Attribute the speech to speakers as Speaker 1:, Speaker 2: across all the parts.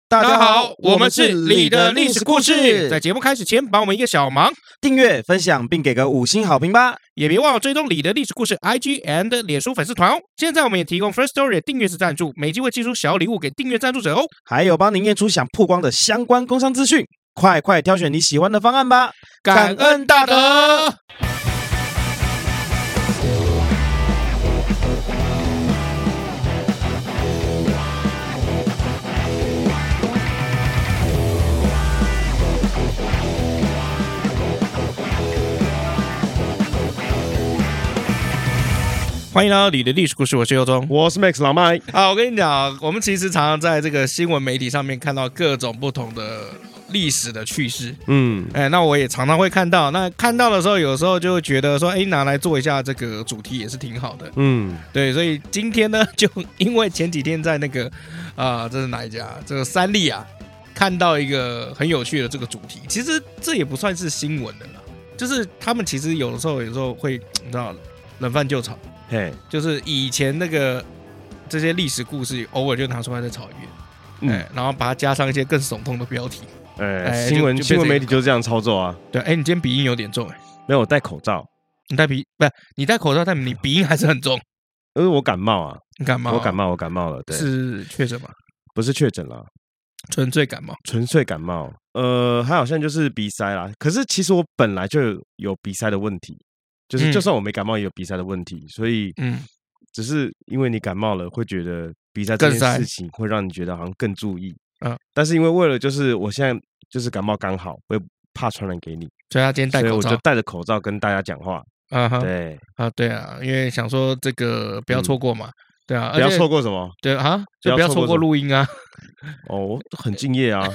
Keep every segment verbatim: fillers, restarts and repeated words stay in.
Speaker 1: 大家好，我们是你的历史故事。在节目开始前，帮我们一个小忙，
Speaker 2: 订阅、分享并给个五星好评吧！
Speaker 1: 也别忘了追踪你的历史故事 I G and 脸书粉丝团哦。现在我们也提供 First Story 的订阅式赞助，每集会寄出小礼物给订阅赞助者哦。
Speaker 2: 还有帮您验出想曝光的相关工商资讯，快快挑选你喜欢的方案吧！
Speaker 1: 感恩大德。欢迎来到你的历史故事，我是尤忠，
Speaker 3: 我是 Max 老麦。
Speaker 1: 好，我跟你讲，我们其实常常在这个新闻媒体上面看到各种不同的历史的趣事，嗯，哎，那我也常常会看到，那看到的时候，有时候就会觉得说，哎，拿来做一下这个主题也是挺好的，嗯，对，所以今天呢，就因为前几天在那个啊、呃，这是哪一家？这个三立啊，看到一个很有趣的这个主题，其实这也不算是新闻的啦，就是他们其实有的时候，有时候会你知道，冷饭就炒。
Speaker 3: 嘿，
Speaker 1: 就是以前那个这些历史故事，偶尔就拿出来再炒一遍，嗯、哎，然后把它加上一些更耸动的标题，
Speaker 3: 哎，哎新闻新闻媒体就这样操作啊。
Speaker 1: 对，哎，你今天鼻音有点重，哎，
Speaker 3: 没有，我戴口罩。
Speaker 1: 你戴鼻不是你戴口罩，但你鼻音还是很重。
Speaker 3: 因为我感冒啊，
Speaker 1: 你感冒、啊？
Speaker 3: 我感冒，我感冒了。对，
Speaker 1: 是确诊吗？
Speaker 3: 不是确诊了，
Speaker 1: 纯粹感冒。
Speaker 3: 纯粹感冒。呃，还好像就是鼻塞啦。可是其实我本来就有鼻塞的问题。就是就算我没感冒也有鼻塞的问题，所以嗯，只是因为你感冒了，会觉得鼻塞这件事情会让你觉得好像更注意。嗯，但是因为为了就是我现在就是感冒刚好，我也怕传染给你，
Speaker 1: 所以他今天戴口罩，
Speaker 3: 所以我就戴着口罩跟大家讲话。
Speaker 1: 啊哈，
Speaker 3: 对
Speaker 1: 啊对啊，因为想说这个不要错过嘛。嗯对啊，
Speaker 3: 不要错过什么？
Speaker 1: 对啊，就不要错过录音啊！
Speaker 3: 哦，很敬业啊。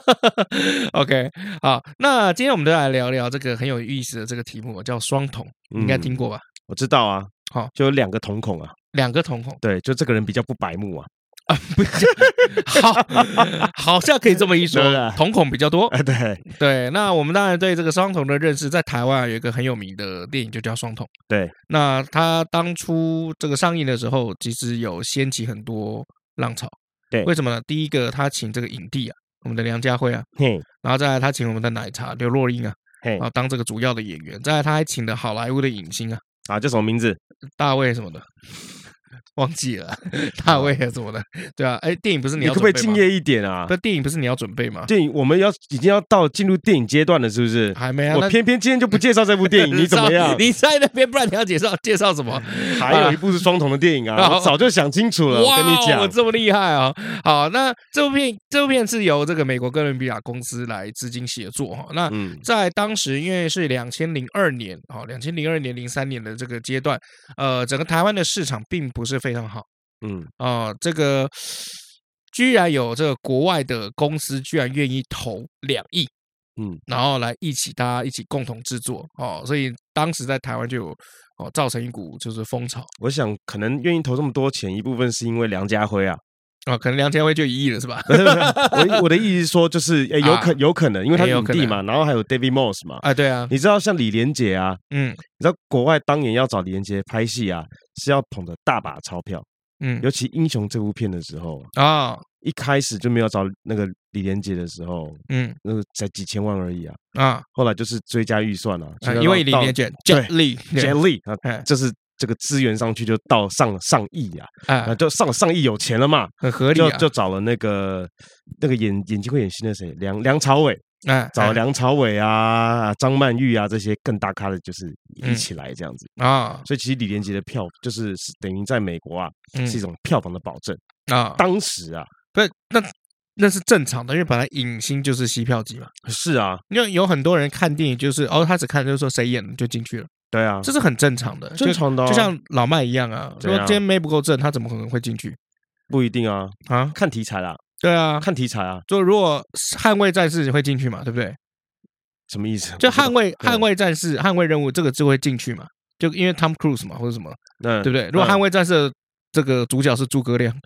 Speaker 1: OK， 好，那今天我们就来聊聊这个很有意思的这个题目，叫双瞳，你应该听过吧？
Speaker 3: 嗯、我知道啊，好，就有两个瞳孔啊，
Speaker 1: 两个瞳孔，
Speaker 3: 对，就这个人比较不白目啊。
Speaker 1: 啊，不是，好，好像可以这么一说，瞳孔比较多。
Speaker 3: 对
Speaker 1: 对，那我们当然对这个双瞳的认识，在台湾有一个很有名的电影就叫《双瞳》。
Speaker 3: 对，那
Speaker 1: 它当初这个上映的时候，其实有掀起很多浪潮。
Speaker 3: 对，
Speaker 1: 为什么呢？第一个，他请这个影帝啊，我们的梁家辉啊，嘿，然后再来他请我们的奶茶刘若英啊，嘿，然后当这个主要的演员，再来他还请了好莱坞的影星啊，
Speaker 3: 啊，叫什么名字？
Speaker 1: 大卫什么的。忘记了，大卫啊什么的，对啊，哎，电影不是你要
Speaker 3: 你可不可以敬业一点啊？
Speaker 1: 不，电影不是你要准备吗？
Speaker 3: 电影我们要已经要到进入电影阶段了，是不是？
Speaker 1: 还没啊，
Speaker 3: 我偏偏今天就不介绍这部电影，你怎么样？
Speaker 1: 你在那边，不然你要介绍介绍什么？
Speaker 3: 还有一部是双瞳的电影啊，我早就想清楚了。我跟你讲，
Speaker 1: 我这么厉害啊！好，那这部片这部片是由这个美国哥伦比亚公司来资金协作哈。那在当时，因为是两千零二年，好，两千零二年、零三年的这个阶段，呃，整个台湾的市场并不是非常好。嗯啊、呃，这个居然有这个国外的公司居然愿意投两亿，嗯，然后来一起大家一起共同制作哦，所以当时在台湾就有哦造成一股就是风潮。
Speaker 3: 我想可能愿意投这么多钱，一部分是因为梁家辉啊，
Speaker 1: 啊、哦，可能梁家辉就一亿了是吧？
Speaker 3: 不是不是，我我的意思是说，就是诶有可、啊、有可能，因为他是影帝嘛，然后还有 David Moss 嘛，
Speaker 1: 啊对啊，
Speaker 3: 你知道像李连杰啊，嗯，你知道国外当年要找李连杰拍戏啊，是要捧着大把钞票。嗯，尤其《英雄》这部片的时候啊、哦，一开始就没有找那个李连杰的时候，嗯，那个才几千万而已啊，啊，后来就是追加预算了、啊，
Speaker 1: 因为李连杰 Jet Li
Speaker 3: Jet Li 啊，就是这个资源上去就到上上亿啊，啊，就上上亿有钱了嘛，
Speaker 1: 很合理、啊，
Speaker 3: 就就找了那个那个演演技会演戏的谁，梁梁朝伟。哎，找梁朝伟啊、张曼玉啊这些更大咖的，就是一起来这样子、嗯、啊。所以其实李连杰的票就是等于在美国啊、嗯、是一种票房的保证啊。当时啊，
Speaker 1: 不是那那是正常的，因为本来影星就是吸票机嘛。
Speaker 3: 是啊，
Speaker 1: 因为有很多人看电影就是哦，他只看就是说谁演就进去了。
Speaker 3: 对啊，
Speaker 1: 这是很正常的，
Speaker 3: 正常的、哦，
Speaker 1: 就像老麦一样啊。说今天妹不够正，他怎么可能会进去？
Speaker 3: 不一定啊啊，看题材啦。
Speaker 1: 对啊，
Speaker 3: 看题材啊。
Speaker 1: 就如果捍卫战士会进去嘛，对不对？
Speaker 3: 什么意思？
Speaker 1: 就捍卫捍卫战士、捍卫任务，这个就会进去嘛？就因为 Tom Cruise 嘛，或者什么，嗯、对不对？如果捍卫战士的这个主角是诸葛亮，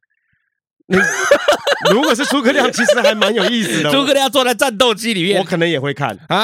Speaker 3: 如果是诸葛亮，其实还蛮有意思的。
Speaker 1: 诸葛亮坐在战斗机里面，
Speaker 3: 我可能也会看
Speaker 1: 啊。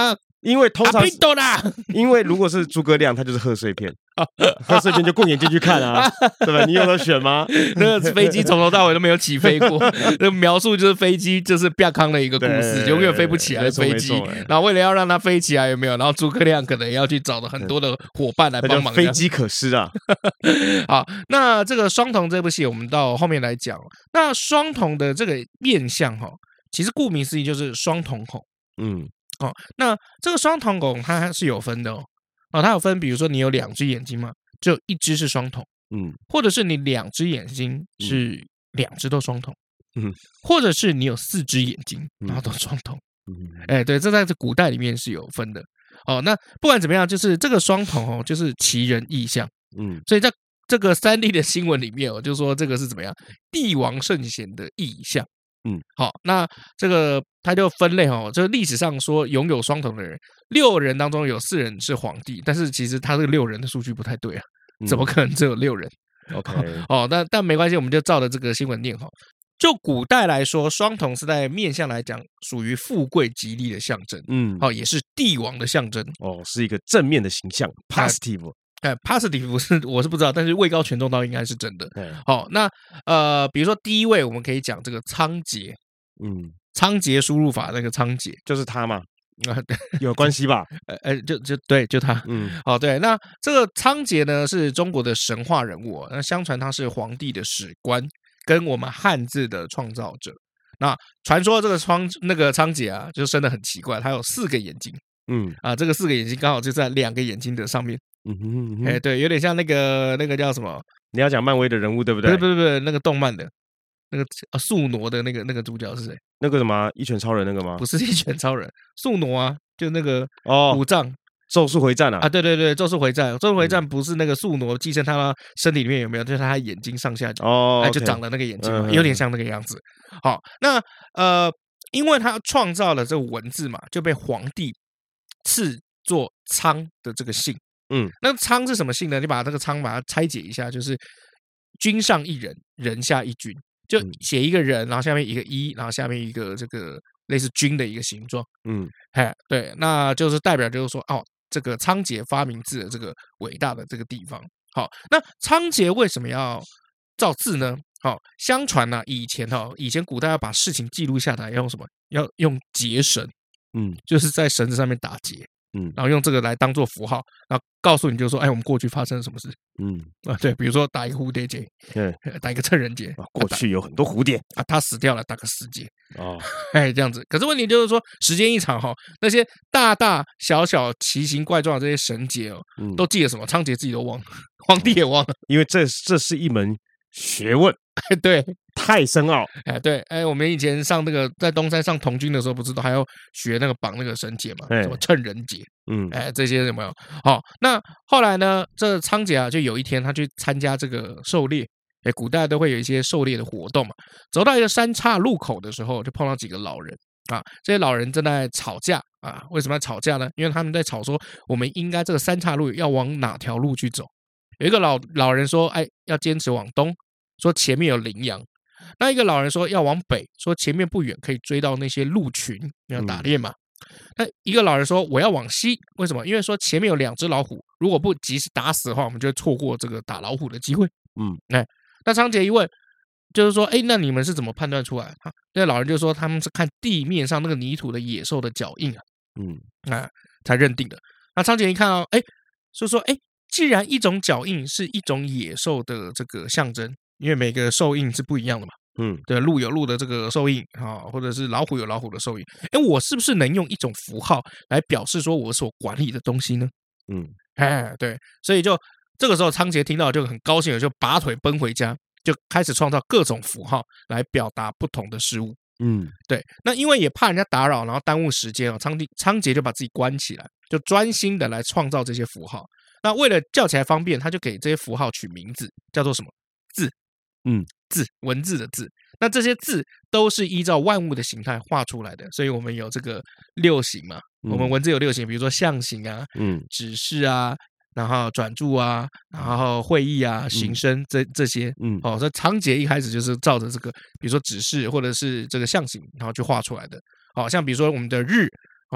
Speaker 3: 因为通常
Speaker 1: 啦，
Speaker 3: 因为如果是诸葛亮，他就是贺岁片，贺岁片就过眼睛去看啊，对吧？你有得选吗？
Speaker 1: 那个飞机从头到尾都没有起飞过，那描述就是飞机就是不要康的一个故事，永远飞不起来的飞机。然后为了要让它飞起来，有没有？然后诸葛亮可能要去找了很多的伙伴来帮忙。
Speaker 3: 飞机可失啊！
Speaker 1: 好，那这个双瞳这部戏，我们到后面来讲。那双瞳的这个面相哈，其实顾名思义就是双瞳孔。嗯。哦，那这个双瞳孔它是有分的哦，哦，它有分，比如说你有两只眼睛嘛，只有一只是双瞳，嗯，或者是你两只眼睛是两只都双瞳，嗯，或者是你有四只眼睛，然后都双瞳，嗯，哎，对，这在这古代里面是有分的。哦，那不管怎么样，就是这个双瞳哦，就是奇人异象，嗯，所以在这个三立的新闻里面哦，就说这个是怎么样，帝王圣贤的异象。嗯，好，那这个他就分类哦，就是历史上说拥有双瞳的人，六人当中有四人是皇帝，但是其实他这个六人的数据不太对啊，怎么可能只有六人
Speaker 3: ？OK，
Speaker 1: 哦，但但没关系，我们就照着这个新闻念哈。就古代来说，双瞳是在面相来讲属于富贵吉利的象征，嗯，好，也是帝王的象征，
Speaker 3: 哦，是一个正面的形象 ，positive。
Speaker 1: 哎 ，positive 不是我是不知道，但是位高权重倒应该是真的。好，那呃，比如说第一位，我们可以讲这个仓颉，嗯，仓颉输入法那个仓颉
Speaker 3: 就是他嘛，啊，有关系吧？
Speaker 1: 呃呃，就就对，就他，嗯，好，对，那这个仓颉呢是中国的神话人物，那相传他是皇帝的史官，跟我们汉字的创造者。那传说这个仓那个仓颉啊，就生得很奇怪，他有四个眼睛，嗯啊，这个四个眼睛刚好就在两个眼睛的上面。嗯哼，哎、欸，对，有点像那个那个叫什么？
Speaker 3: 你要讲漫威的人物对不对？
Speaker 1: 不是不是不是，那个动漫的，那个啊宿傩的那个那个主角是谁？
Speaker 3: 那个什么一拳超人那个吗？
Speaker 1: 不是一拳超人，宿傩啊，就那个哦，武藏
Speaker 3: 咒术回战啊！
Speaker 1: 啊，对对对，咒术回战，咒术回战不是那个宿傩寄生他身体里面有没有？就是他眼睛上下哦，哎，就长了那个眼睛嘛，有点像那个样子。好，那呃，因为他创造了这个文字嘛，就被皇帝赐作仓的这个姓。嗯，那仓是什么姓呢？你把这个仓把它拆解一下，就是君上一人，人下一君，就写一个人，然后下面一个一，然后下面一个这个类似君的一个形状。嗯，哎，对，那就是代表就是说，哦，这个仓颉发明字的这个伟大的这个地方。好，那仓颉为什么要造字呢？好，相传呢、啊，以前哈、哦，以前古代要把事情记录下来，要用什么？要用结绳，嗯，就是在绳子上面打结。嗯，然后用这个来当做符号，然后告诉你就说，哎，我们过去发生了什么事？嗯啊，对，比如说打一个蝴蝶结，对，打一个趁人结，
Speaker 3: 过去有很多蝴蝶
Speaker 1: 啊，他死掉了，打个死结哦，哎，这样子。可是问题就是说，时间一长哈，那些大大小小奇形怪状的这些绳结哦，嗯、都记得什么？仓颉自己都忘了，皇帝也忘了，
Speaker 3: 因为这这是一门学问。
Speaker 1: 对，
Speaker 3: 太深奥。
Speaker 1: 哎，对，哎，我们以前上那个在东山上童军的时候，不是都还要学那个绑那个绳结嘛？什么趁人结，嗯，哎，这些有没有？好，那后来呢？这仓颉啊，就有一天他去参加这个狩猎，哎，古代都会有一些狩猎的活动嘛。走到一个山岔路口的时候，就碰到几个老人啊，这些老人正在吵架啊。为什么要吵架呢？因为他们在吵说，我们应该这个山岔路要往哪条路去走？有一个老老人说，哎，要坚持往东。说前面有羚羊，那一个老人说要往北，说前面不远可以追到那些鹿群，要打猎嘛。嗯、那一个老人说我要往西，为什么？因为说前面有两只老虎，如果不及时打死的话，我们就会错过这个打老虎的机会。嗯，哎，那仓颉一问，就是说，哎，那你们是怎么判断出来？哈，那个老人就说他们是看地面上那个泥土的野兽的脚印啊，嗯，啊，才认定的。那仓颉一看哦，哎，就说，哎，既然一种脚印是一种野兽的这个象征。因为每个兽印是不一样的嘛，嗯，对，鹿有鹿的这个兽印啊，或者是老虎有老虎的兽印，哎，我是不是能用一种符号来表示说我所管理的东西呢？嗯，哎，对，所以就这个时候仓颉听到就很高兴，就拔腿奔回家，就开始创造各种符号来表达不同的事物。嗯，对，那因为也怕人家打扰，然后耽误时间哦，仓仓颉就把自己关起来，就专心的来创造这些符号。那为了叫起来方便，他就给这些符号取名字，叫做什么字。嗯，字文字的字，那这些字都是依照万物的形态画出来的，所以我们有这个六形嘛，嗯、我们文字有六形，比如说象形啊，嗯，指示啊，然后转注啊，然后会意啊，形声、嗯、这这些，嗯，哦，所以仓颉一开始就是照着这个，比如说指示或者是这个象形，然后去画出来的，好、哦、像比如说我们的日，哦，是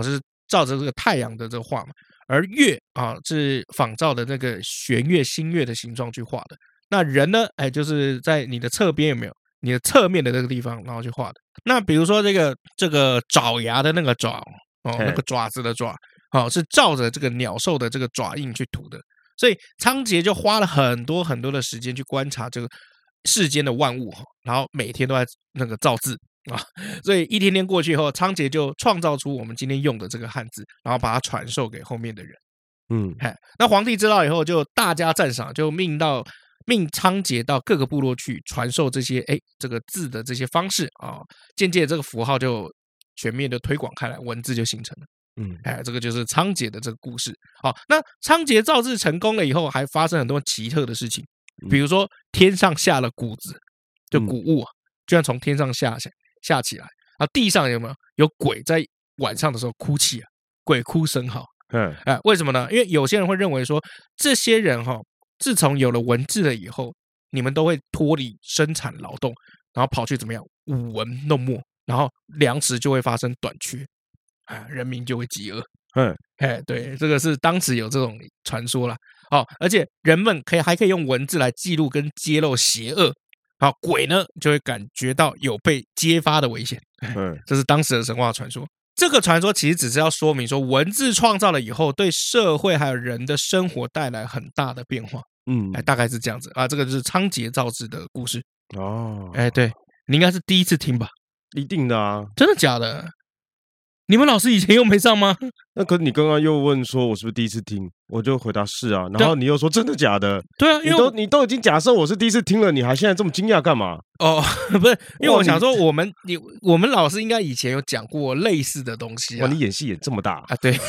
Speaker 1: 照着这个太阳的这个画嘛，而月啊是仿照的那个弦月、新月的形状去画的。那人呢，哎，就是在你的侧边有没有？你的侧面的那个地方，然后去画的。那比如说这个这个爪牙的那个爪哦，那个爪子的爪，哦，是照着这个鸟兽的这个爪印去涂的。所以仓颉就花了很多很多的时间去观察这个世间的万物，然后每天都在那个造字啊。所以一天天过去以后，仓颉就创造出我们今天用的这个汉字，然后把它传授给后面的人。嗯，那皇帝知道以后，就大加赞赏，就命到。命仓颉到各个部落去传授这些哎这个字的这些方式啊，渐渐这个符号就全面的推广开来，文字就形成了。嗯，哎，这个就是仓颉的这个故事。好，那仓颉造字成功了以后，还发生很多奇特的事情，比如说天上下了谷子，就谷物啊，居然从天上下下下起来，啊，地上有没有有鬼在晚上的时候哭泣啊，鬼哭神嚎。嗯，哎，为什么呢？因为有些人会认为说，这些人哈、哦。自从有了文字了以后，你们都会脱离生产劳动，然后跑去怎么样舞文弄墨，然后粮食就会发生短缺，啊，人民就会饥饿。嗯，哎，对，这个是当时有这种传说啦。哦，而且人们可以还可以用文字来记录跟揭露邪恶，好，鬼呢就会感觉到有被揭发的危险。嗯，这是当时的神话传说。这个传说其实只是要说明说，文字创造了以后，对社会还有人的生活带来很大的变化。嗯，哎，大概是这样子啊。这个就是仓颉造字的故事。哦，哎，对，你应该是第一次听吧？
Speaker 3: 一定的啊，
Speaker 1: 真的假的？你们老师以前又没上吗？
Speaker 3: 那可是你刚刚又问说我是不是第一次听，我就回答是啊，然后你又说真的假的？
Speaker 1: 对啊，
Speaker 3: 你都你都已经假设我是第一次听了，你还现在这么惊讶干嘛？
Speaker 1: 哦，不是，因为我想说我们你我们老师应该以前有讲过类似的东西啊。
Speaker 3: 哇，你演戏演这么大
Speaker 1: 啊？对。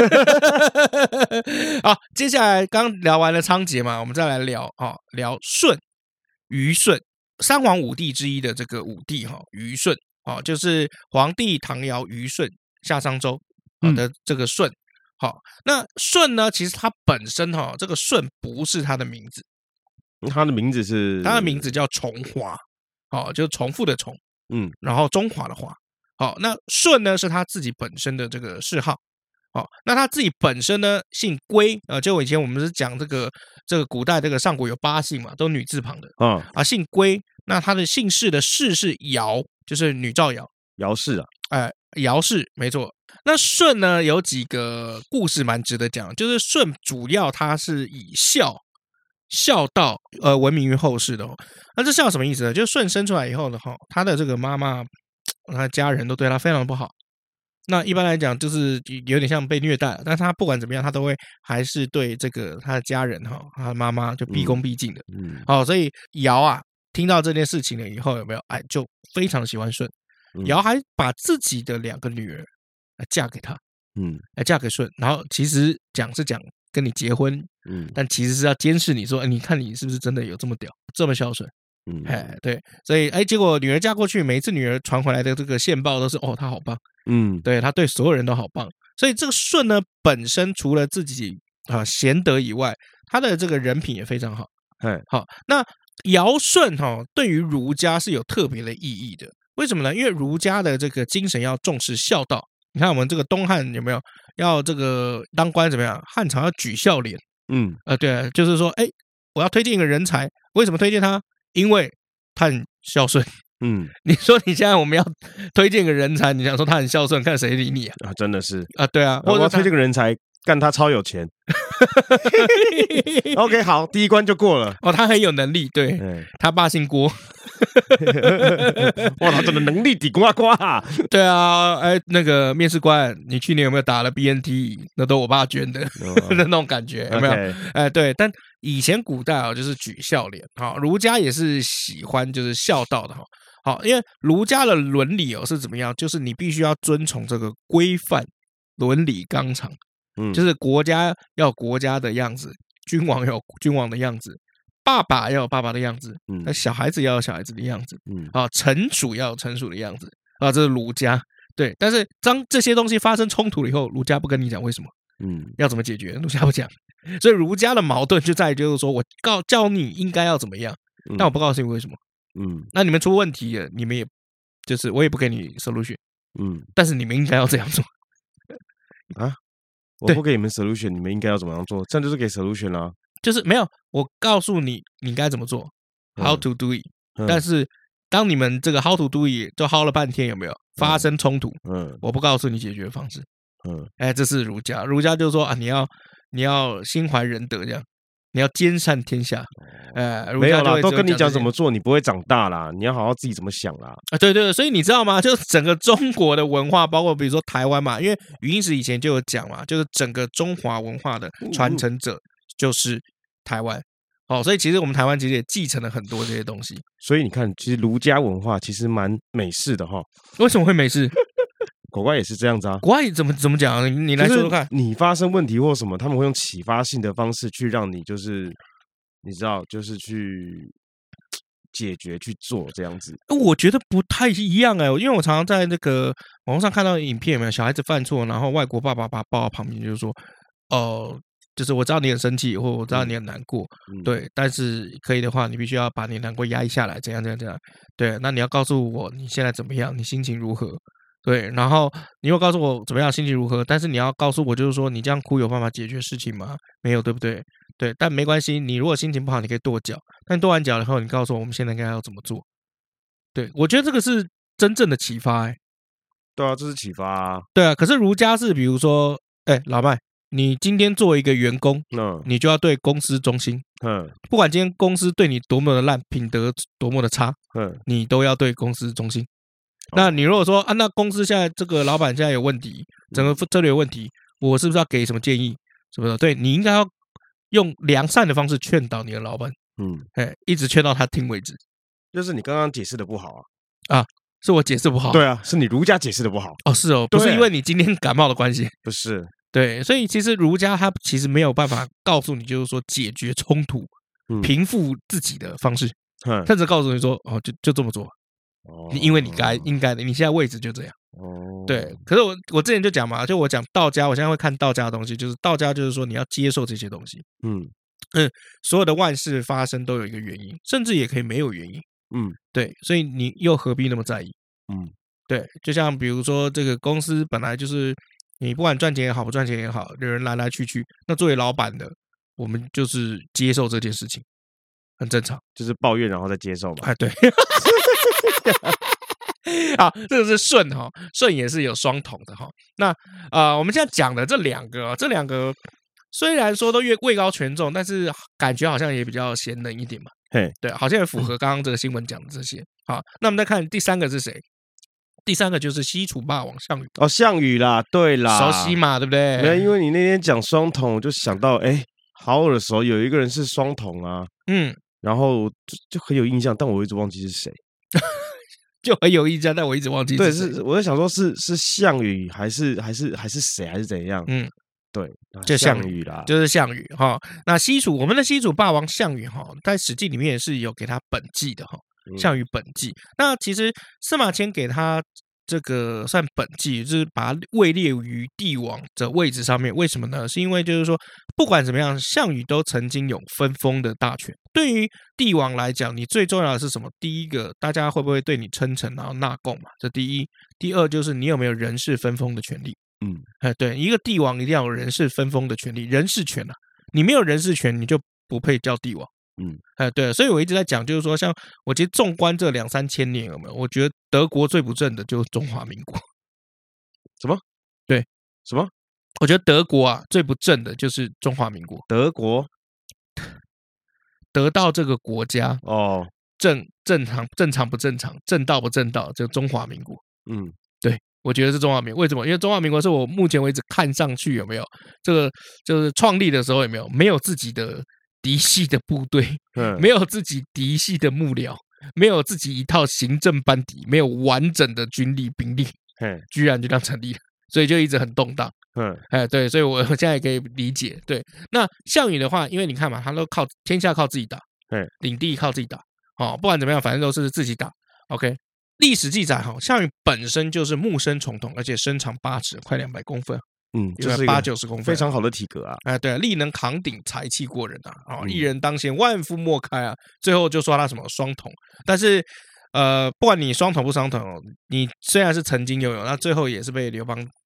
Speaker 1: 好，接下来刚聊完了仓颉嘛，我们再来聊啊、哦，聊舜，虞舜，三皇五帝之一的这个五帝哈，虞舜啊，就是皇帝唐尧虞舜。夏商周的这个舜，好、嗯，那舜呢？其实它本身哈，这个舜不是他的名字，
Speaker 3: 他的名字是
Speaker 1: 他的名字叫重华，好，就是重复的重，嗯，然后中华的华，好，那舜呢是他自己本身的这个谥号，好，那他自己本身呢姓归，呃，就以前我们是讲这个这个古代这个上古有八姓嘛，都女字旁的，啊、嗯、啊，姓归，那他的姓氏的氏是尧，就是女赵尧，
Speaker 3: 尧氏啊，
Speaker 1: 哎、呃。尧氏没错，那舜呢有几个故事蛮值得讲，就是舜主要他是以孝孝道呃闻名于后世的哦。那这孝什么意思呢？就是舜生出来以后呢，哈，他的这个妈妈，他家人都对他非常不好。那一般来讲，就是有点像被虐待，但他不管怎么样，他都会还是对这个他的家人哈，他的妈妈就毕恭毕敬的。嗯，好、嗯哦，所以尧啊，听到这件事情了以后，有没有哎，就非常喜欢舜。尧还把自己的两个女儿嫁给他，嗯，来嫁给舜，然后其实讲是讲跟你结婚，嗯，但其实是要监视你说，哎，你看你是不是真的有这么屌，这么孝顺，嗯，哎，对，所以哎，结果女儿嫁过去，每一次女儿传回来的这个线报都是，哦，她好棒，嗯，对，她对所有人都好棒，所以这个舜呢，本身除了自己啊贤德以外，他的这个人品也非常好，哎，好，那尧舜哈，对于儒家是有特别的意义的。为什么呢？因为儒家的这个精神要重视孝道。你看我们这个东汉有没有要这个当官怎么样？汉朝要举孝廉，嗯，呃，对，就是说，哎，我要推荐一个人才，为什么推荐他？因为他很孝顺。嗯，你说你现在我们要推荐一个人才，你想说他很孝顺，看谁理你啊？
Speaker 3: 啊，真的是
Speaker 1: 啊，对啊，
Speaker 3: 我要推荐个人才。干他超有钱，OK， 好，第一关就过了。
Speaker 1: 哦，他很有能力，对，嗯、他爸姓郭，
Speaker 3: 哇，他真的能力顶呱呱、啊。
Speaker 1: 对啊，哎，那个面试官，你去年有没有打了 B N T？ 那都我爸捐的，哦、那种感觉有没有？ Okay. 哎，对，但以前古代啊、哦，就是举孝廉，好、哦，儒家也是喜欢就是孝道的哈。好，因为儒家的伦理哦是怎么样？就是你必须要遵从这个规范、伦理纲常。嗯，就是国家要国家的样子，君王有君王的样子，爸爸要有爸爸的样子，嗯，那小孩子要有小孩子的样子，嗯，啊，臣属要有臣属的样子，啊，这是儒家。对，但是当这些东西发生冲突了以后，儒家不跟你讲为什么，嗯，要怎么解决，儒家不讲。所以儒家的矛盾就在于，就是说我告教你应该要怎么样，但我不告诉你为什么，嗯，那你们出问题了，你们也就是我也不给你 solution，嗯，但是你们应该要这样做。
Speaker 3: 啊，我不给你们 solution， 你们应该要怎么样做？这样就是给 solution 啦、啊。
Speaker 1: 就是没有，我告诉你你该怎么做 ，how to do it、嗯。但是当你们这个 how to do it 就耗了半天，有没有发生冲突？嗯，我不告诉你解决方式。嗯，哎，这是儒家，儒家就是说啊，你要你要心怀仁德，这样你要兼善天下。呃，
Speaker 3: 没有啦，都跟你讲怎么做，你不会长大啦，你要好好自己怎么想啦。
Speaker 1: 啊，对对，所以你知道吗？就是整个中国的文化，包括比如说台湾嘛，因为语音史以前就有讲嘛，就是整个中华文化的传承者就是台湾。哦，所以其实我们台湾其实也继承了很多这些东西。
Speaker 3: 所以你看，其实儒家文化其实蛮美式的哈。
Speaker 1: 为什么会美式？
Speaker 3: 国外也是这样子啊。
Speaker 1: 国外怎么怎么讲？你你来说说看。
Speaker 3: 你发生问题或什么，他们会用启发性的方式去让你就是。你知道，就是去解决、去做这样子。
Speaker 1: 我觉得不太一样哎、欸，因为我常常在那个网络上看到影片，有没有小孩子犯错，然后外国爸爸把他抱到旁边，就是说，哦、呃，就是我知道你很生气，或我知道你很难过，嗯、对，但是可以的话，你必须要把你难过压抑下来，怎样怎样怎样。对，那你要告诉我你现在怎么样，你心情如何？对，然后你又告诉我怎么样，心情如何？但是你要告诉我，就是说你这样哭有办法解决事情吗？没有，对不对？对，但没关系。你如果心情不好，你可以跺脚。但跺完脚以后，你告诉我我们现在应该要怎么做？对，我觉得这个是真正的启发、欸。
Speaker 3: 对啊，这是启发啊。
Speaker 1: 对啊，可是儒家是比如说，哎，老麦，你今天作为一个员工，嗯，你就要对公司忠心，嗯，不管今天公司对你多么的烂，品德多么的差，嗯，你都要对公司忠心。那你如果说啊，那公司现在这个老板现在有问题，整个策略有问题，我是不是要给什么建议？是不是？对，你应该要用良善的方式劝导你的老板，嗯，哎，一直劝到他听为止。
Speaker 3: 就是你刚刚解释的不好啊，
Speaker 1: 啊，是我解释不好。
Speaker 3: 对啊，是你儒家解释的不好。
Speaker 1: 哦，是哦，不是因为你今天感冒的关系，
Speaker 3: 不是。
Speaker 1: 对，所以其实儒家他其实没有办法告诉你，就是说解决冲突、嗯、平复自己的方式，嗯、他只告诉你说，哦，就就这么做。哦，因为你该应该的，你现在位置就这样。哦，对。可是我我之前就讲嘛，就我讲道家，我现在会看道家的东西，就是道家就是说你要接受这些东西。嗯嗯，所有的万事发生都有一个原因，甚至也可以没有原因。嗯，对。所以你又何必那么在意？嗯，对。就像比如说这个公司本来就是你不管赚钱也好，不赚钱也好，有人来来去去，那作为老板的，我们就是接受这件事情，很正常，
Speaker 3: 就是抱怨然后再接受嘛。
Speaker 1: 哎，对。啊，这个是顺哈，顺也是有双瞳的哈。那呃，我们现在讲的这两个，这两个虽然说都越位高权重，但是感觉好像也比较贤能一点嘛。嘿，对，好像也符合刚刚这个新闻讲的这些。好，那我们再看第三个是谁？第三个就是西楚霸王项羽。
Speaker 3: 哦，项羽啦，对啦，
Speaker 1: 熟悉嘛，对不对？
Speaker 3: 没有，因为你那天讲双瞳，我就想到，哎，好耳熟，有一个人是双瞳啊。嗯。然后就就很有印象，但我一直忘记是谁，
Speaker 1: 就很有印象，但我一直忘记是谁。
Speaker 3: 对，是我在想说是是项羽还是还是还是谁还是怎样？嗯，对，
Speaker 1: 就
Speaker 3: 项羽啦，
Speaker 1: 就是项羽哈。那西楚，我们的西楚霸王项羽哈，在《史记》里面也是有给他本纪的哈，《项羽本纪》。那其实司马迁给他这个算本纪，就是把它位列于帝王的位置上面。为什么呢？是因为就是说，不管怎么样，项羽都曾经有分封的大权。对于帝王来讲，你最重要的是什么？第一个，大家会不会对你称臣，然后纳贡嘛？这第一。第二，就是你有没有人事分封的权利？嗯，哎，对，一个帝王一定要有人事分封的权利，人事权啊。你没有人事权，你就不配叫帝王。嗯，哎，对，所以我一直在讲，就是说，像我其实纵观这两三千年，有没有？我觉得德国最不正的就是中华民国。
Speaker 3: 什么？
Speaker 1: 对，
Speaker 3: 什么？
Speaker 1: 我觉得德国啊，最不正的就是中华民国。
Speaker 3: 德国
Speaker 1: 得到这个国家哦，正正常正常不正常，正道不正道，就中华民国。嗯，对，我觉得是中华民国。为什么？因为中华民国是我目前为止看上去有没有这个，就是创立的时候有没有没有自己的嫡系的部队，嗯、没有自己嫡系的幕僚，没有自己一套行政班底，没有完整的军力兵力，嗯、居然就这样成立了，所以就一直很动荡。嗯，哎，对，所以我现在也可以理解。对，那项羽的话，因为你看嘛，他都靠天下靠自己打，嗯，领地靠自己打，哦，不管怎么样，反正都是自己打。OK， 历史记载哈，项羽本身就是木生重瞳，而且身长八尺，快两百公分。嗯，就是八九十公分，
Speaker 3: 非常好的体格啊！
Speaker 1: 哎，对，力能扛鼎，才气过人啊！啊、哦，一人当先，万夫莫开啊！最后就说他什么双瞳，但是呃，不管你双瞳不双瞳，你虽然是曾经拥有，那最后也是被刘邦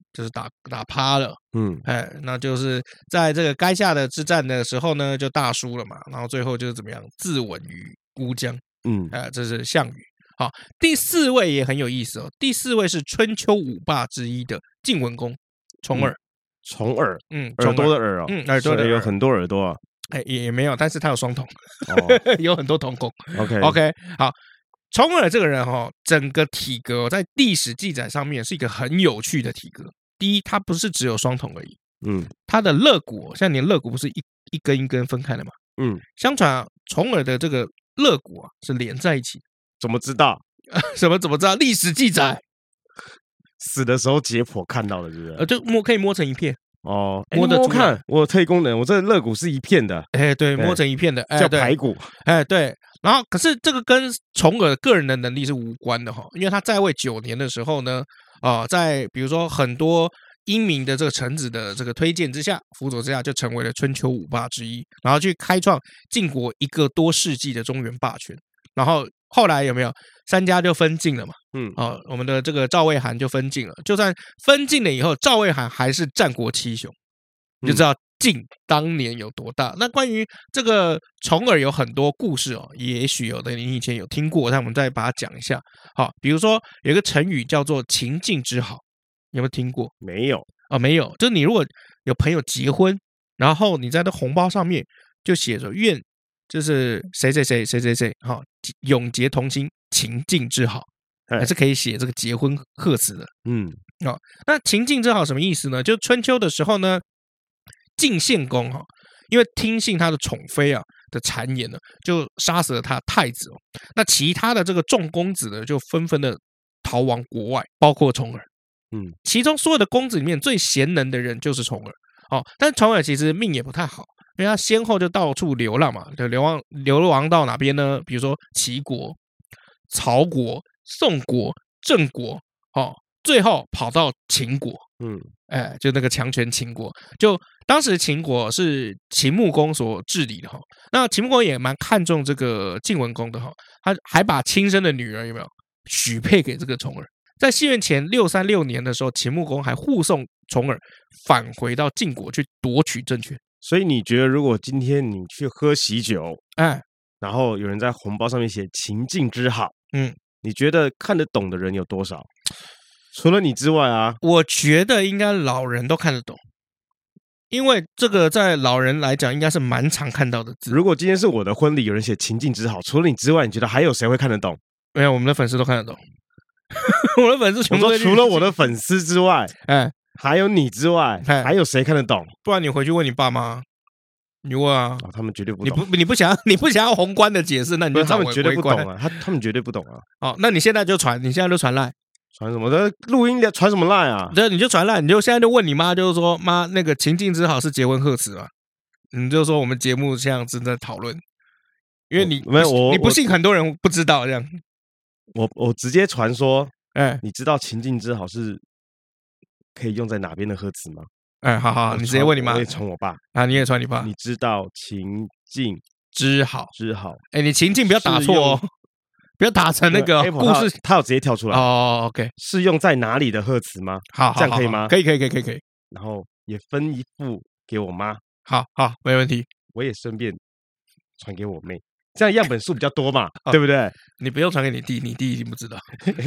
Speaker 1: 就是打打趴了，
Speaker 3: 嗯，
Speaker 1: 哎，那就是在这个垓下的之战的时候呢，就大输了嘛，然后最后就是怎么样，自刎于乌江，
Speaker 3: 嗯，
Speaker 1: 哎，这是项羽。好，第四位也很有意思哦，第四位是春秋五霸之一的晋文公重耳，
Speaker 3: 重耳，
Speaker 1: 嗯，
Speaker 3: 耳朵的耳啊，
Speaker 1: 嗯，耳朵的
Speaker 3: 有很多耳朵啊，
Speaker 1: 哎，也也没有，但是他有双瞳，
Speaker 3: 哦、
Speaker 1: 有很多瞳孔。
Speaker 3: OK
Speaker 1: OK， 好。重耳这个人哈、哦，整个体格、哦、在历史记载上面是一个很有趣的体格。第一，他不是只有双瞳而已，嗯，他的肋骨、哦，像你的肋骨不是一一根一根分开的吗？嗯，相传啊，重耳的这个肋骨啊是连在一起。
Speaker 3: 怎么知道？
Speaker 1: 什么怎么知道？历史记载，
Speaker 3: 死的时候解剖看到的，是不是？
Speaker 1: 呃，就摸可以摸成一片。
Speaker 3: 哦，摸得看，我有特异功能，我这肋骨是一片的，
Speaker 1: 哎，对，摸成一片的，
Speaker 3: 叫排骨，
Speaker 1: 哎，对。然后，可是这个跟重耳个人的能力是无关的哈，因为他在位九年的时候呢，啊、呃，在比如说很多英明的这个臣子的这个推荐之下、辅佐之下，就成为了春秋五霸之一，然后去开创晋国一个多世纪的中原霸权。然后后来有没有三家就分晋了嘛？嗯，啊、哦，我们的这个赵魏韩就分晋了。就算分晋了以后，赵魏韩还是战国七雄，你就知道晋当年有多大。那关于这个重耳有很多故事哦，也许有的你以前有听过，但我们再把它讲一下。好，比如说有一个成语叫做秦晋之好，有没有听过？
Speaker 3: 没有
Speaker 1: 啊、哦，没有。就是你如果有朋友结婚，然后你在这红包上面就写着愿。就是谁谁谁谁谁谁，哈，永结同心，秦晋之好，还是可以写这个结婚贺词的。嗯，哦，那秦晋之好什么意思呢？就春秋的时候呢，晋献公哈，因为听信他的宠妃啊的谗言呢，就杀死了他太子哦。那其他的这个众公子呢，就纷纷的逃亡国外，包括重耳。嗯，其中所有的公子里面最贤能的人就是重耳。哦，但重耳其实命也不太好。因为他先后就到处流浪嘛，就流亡流亡到哪边呢？比如说齐国、曹国、宋国、郑国，哦，最后跑到秦国，嗯，哎，就那个强权秦国。就当时秦国是秦穆公所治理的哈，那秦穆公也蛮看重这个晋文公的哈，他还把亲生的女儿有没有许配给这个重耳。在西元前六三六年的时候，秦穆公还护送重耳返回到晋国去夺取政权。
Speaker 3: 所以你觉得，如果今天你去喝喜酒，哎，然后有人在红包上面写“秦晋之好”，嗯，你觉得看得懂的人有多少？除了你之外啊，
Speaker 1: 我觉得应该老人都看得懂，因为这个在老人来讲应该是蛮常看到的字。
Speaker 3: 如果今天是我的婚礼，有人写“秦晋之好”，除了你之外，你觉得还有谁会看得懂？
Speaker 1: 没有，我们的粉丝都看得懂。我的粉丝全部
Speaker 3: 都除了我的粉丝之外，哎。还有你之外，还有谁看得懂？
Speaker 1: 不然你回去问你爸妈，你问啊，
Speaker 3: 哦、他们绝对不懂。
Speaker 1: 你不，你不想要，你不想要宏观的解释，那你就
Speaker 3: 他们绝对不懂啊，他他们绝对不懂啊。
Speaker 1: 哦，那你现在就传，你现在就传赖，
Speaker 3: 传什么的录音的传什么赖啊？
Speaker 1: 对，你就传赖，你就现在就问你妈，就是说妈，那个秦晋之好是结婚贺词啊？你就说我们节目现在正在讨论，因为你
Speaker 3: 没有我，
Speaker 1: 你不信很多人不知道这样。
Speaker 3: 我我直接传说，哎，你知道秦晋之好是可以用在哪边的贺词吗？
Speaker 1: 哎，好好，你直接问你妈。
Speaker 3: 我也传我爸
Speaker 1: 啊，你也传你爸。
Speaker 3: 你知道秦晋
Speaker 1: 之好
Speaker 3: 之好？
Speaker 1: 哎，你秦晋不要打错哦，不要打成那个故事，
Speaker 3: 他有直接跳出来
Speaker 1: 哦。OK，
Speaker 3: 是用在哪里的贺词吗？
Speaker 1: 好，
Speaker 3: 这样可以吗？
Speaker 1: 可以，可以，可以，可以，可以。
Speaker 3: 然后也分一副给我妈。
Speaker 1: 好好，没问题。
Speaker 3: 我也顺便传给我妹，这样样本数比较多嘛，对不对？
Speaker 1: 你不用传给你弟，你弟一定不知道。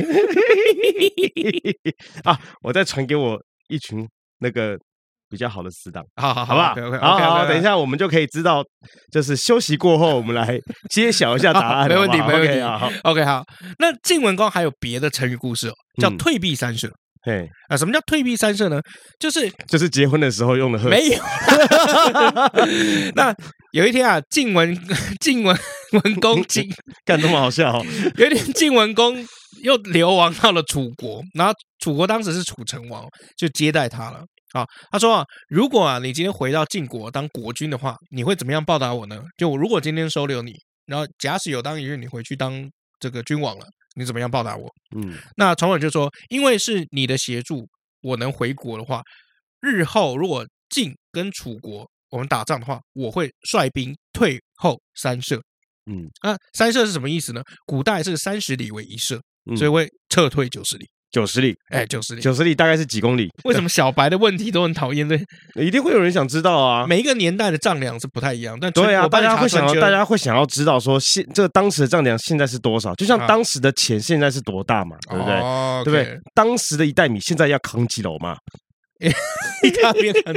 Speaker 3: 啊，我再传给我一群那个比较好的死党，
Speaker 1: 好好
Speaker 3: 好不好？好好，等一下我们就可以知道，就是休息过后，我们来揭晓一下答案。
Speaker 1: 没问题，没问题。
Speaker 3: 好
Speaker 1: ，OK， 好。那晋文公还有别的成语故事哦，叫退避三舍。
Speaker 3: 嘿
Speaker 1: 啊，什么叫退避三舍呢？就是
Speaker 3: 就是结婚的时候用的贺词。
Speaker 1: 没有。那有一天啊，晋文晋文文公晋
Speaker 3: 干这么好笑、哦？
Speaker 1: 有一天晋文公又流亡到了楚国，然后楚国当时是楚成王，就接待他了。啊，他说啊，如果啊你今天回到晋国当国君的话，你会怎么样报答我呢？就如果今天收留你，然后假使有当一日你回去当这个君王了。你怎么样报答我？嗯，那重耳就说，因为是你的协助，我能回国的话，日后如果晋跟楚国我们打仗的话，我会率兵退后三舍。嗯，那三舍是什么意思呢？古代是三十里为一舍，所以会撤退九十里。
Speaker 3: 九十里，
Speaker 1: 哎，九十里，
Speaker 3: 九十里大概是几公里？
Speaker 1: 为什么小白的问题都很讨厌？对，
Speaker 3: 一定会有人想知道啊。
Speaker 1: 每一个年代的丈量是不太一样，但
Speaker 3: 对啊，大家会想要，大家会想要知道说现这个当时的丈量现在是多少？就像当时的钱现在是多大嘛，对不对？
Speaker 1: 哦、
Speaker 3: 对不对？当时的一袋米现在要扛几楼嘛？
Speaker 1: 一大边扛。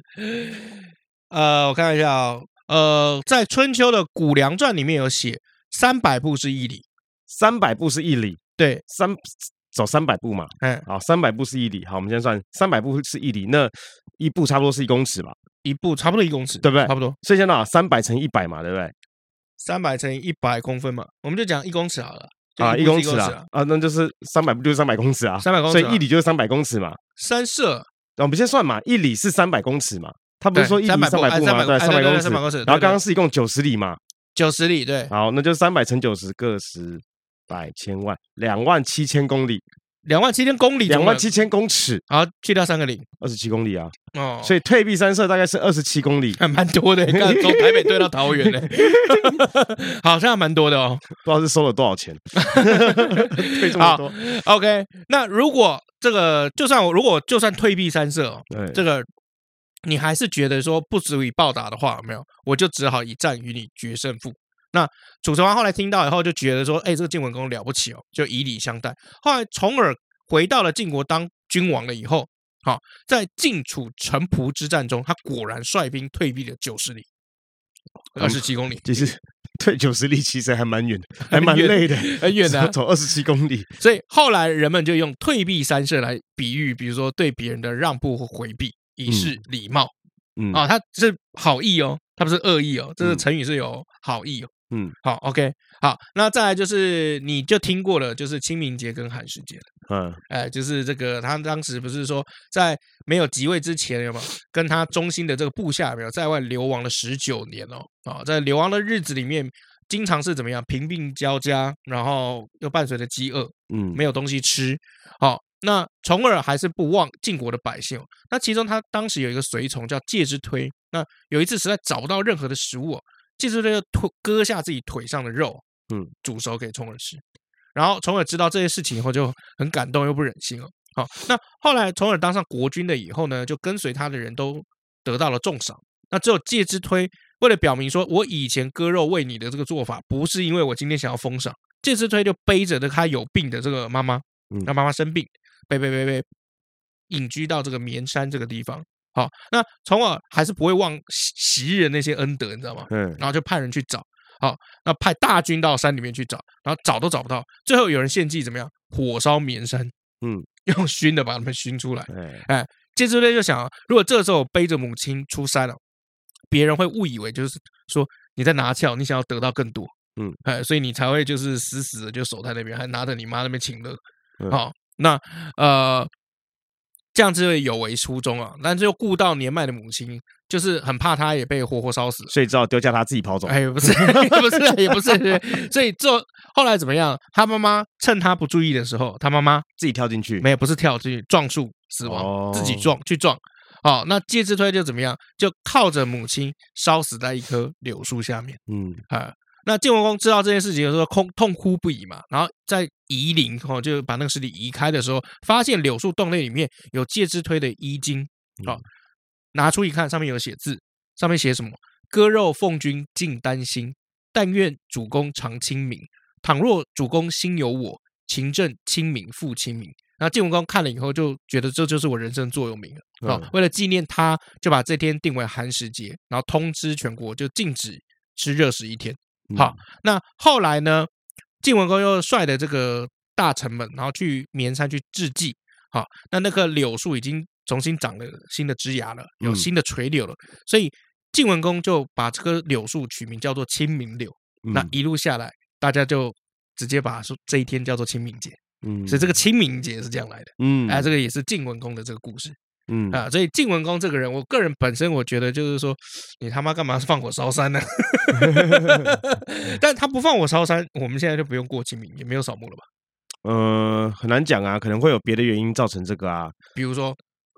Speaker 1: 呃，我看一下哦，呃，在春秋的《谷梁传》里面有写，三百步是一里，
Speaker 3: 三百步是一里，
Speaker 1: 对，
Speaker 3: 三。走三百步嘛，嗯，好，三百步是一里，好，我们先算三百步是一里，那一步差不多是一公尺嘛，
Speaker 1: 一步差不多一公尺，
Speaker 3: 对不对？
Speaker 1: 差不多，
Speaker 3: 所以现在三百乘一百嘛，对不对？
Speaker 1: 三百乘以一百公分嘛，我们就讲一公尺好了，
Speaker 3: 啊，一公尺啊，啊，那就是三百步就是三百公尺啊，
Speaker 1: 三百公尺，
Speaker 3: 所以一里就是三百公尺嘛，
Speaker 1: 三舍，
Speaker 3: 我们先算嘛，一里是三百公尺嘛，他不是说一里三百步吗？对，三百公尺，然后刚刚是一共九十里嘛，
Speaker 1: 九十里，对，
Speaker 3: 好，那就三百乘九十，个十。百千万两万七千公里，
Speaker 1: 两万七千公里，
Speaker 3: 两万七千公尺，
Speaker 1: 好，去掉三个零，
Speaker 3: 二十七公里啊。
Speaker 1: 哦，
Speaker 3: 所以退避三舍大概是二十七公里，
Speaker 1: 还蛮多的。刚从台北退到桃园呢，好像蛮多的哦。
Speaker 3: 不知道是收了多少钱，退这么多。
Speaker 1: OK， 那如果这个就算我如果就算退避三舍哦，这个你还是觉得说不足以报答的话，有没有？我就只好以战与你决胜负。那楚成王后来听到以后就觉得说，哎，这个晋文公了不起哦，就以礼相待。后来重耳回到了晋国当君王了以后，好，在晋楚城濮之战中，他果然率兵退避了九十里，二十七公里。
Speaker 3: 其实退九十里其实还蛮远的，还蛮累的，
Speaker 1: 很远的，
Speaker 3: 走二十七公里。
Speaker 1: 所以后来人们就用退避三舍来比喻，比如说对别人的让步或回避，以示礼貌。嗯啊，他是好意哦，他不是恶意哦，这个成语是有好意哦。嗯，好 ，OK， 好，那再来就是你就听过了，就是清明节跟寒食节了。嗯，哎，就是这个他当时不是说在没有即位之前有没有跟他忠心的这个部下有没有在外流亡了十九年哦？啊，在流亡的日子里面，经常是怎么样贫病交加，然后又伴随着饥饿，嗯，没有东西吃。好，那重耳还是不忘晋国的百姓哦。那其中他当时有一个随从叫介之推，那有一次实在找不到任何的食物哦。介之推就割下自己腿上的肉，嗯，煮熟给重耳吃。然后重耳知道这些事情以后就很感动又不忍心哦。好，那后来重耳当上国君了以后呢，就跟随他的人都得到了重赏。那只有介之推为了表明说我以前割肉喂你的这个做法不是因为我今天想要封赏，介之推就背着他有病的这个妈妈，让妈妈生病，背背背背隐居到这个绵山这个地方。好，那重耳还是不会忘昔日那些恩德，你知道吗？嗯，然后就派人去找，好，那派大军到山里面去找，然后找都找不到，最后有人献计怎么样？火烧绵山，嗯，用熏的把他们熏出来。哎，介之推就想，如果这时候我背着母亲出山了，别人会误以为就是说你在拿翘，你想要得到更多，嗯，哎，所以你才会就是死死的就守在那边，还拿着你妈那边请乐。好，那呃。这样子有违初衷啊，但是又顾到年迈的母亲，就是很怕她也被活活烧死，
Speaker 3: 所以只好丢下她自己跑走。
Speaker 1: 哎，不是，不是，也不是，所以做后来怎么样？他妈妈趁他不注意的时候，他妈妈
Speaker 3: 自己跳进去，
Speaker 1: 没有，不是跳进去撞树死亡，哦、自己撞去撞。哦，那介之推就怎么样？就靠着母亲烧死在一棵柳树下面。嗯啊。那晋文公知道这件事情的时候，痛痛哭不已嘛。然后在夷陵哦，就把那个尸体移开的时候，发现柳树洞内里面有介之推的衣襟，好、哦，拿出一看，上面有写字，上面写什么？割肉奉君尽丹心，但愿主公常清明。倘若主公心有我，勤政清明复清明。然后晋文公看了以后，就觉得这就是我人生座右铭了。好、哦，为了纪念他，就把这天定为寒食节，然后通知全国就禁止吃热食一天。好，那后来呢？晋文公又率的这个大臣们，然后去绵山去致祭。好，那那棵柳树已经重新长了新的枝芽了，有新的垂柳了，嗯、所以晋文公就把这棵柳树取名叫做清明柳。嗯、那一路下来，大家就直接把这一天叫做清明节。嗯，所以这个清明节是这样来的。嗯，哎，这个也是晋文公的这个故事。嗯啊，所以晋文公这个人，我个人本身我觉得就是说，你他妈干嘛放火烧山呢？但他不放火烧山，我们现在就不用过清明，也没有扫墓了吧？
Speaker 3: 呃，很难讲啊，可能会有别的原因造成这个啊。
Speaker 1: 比如说，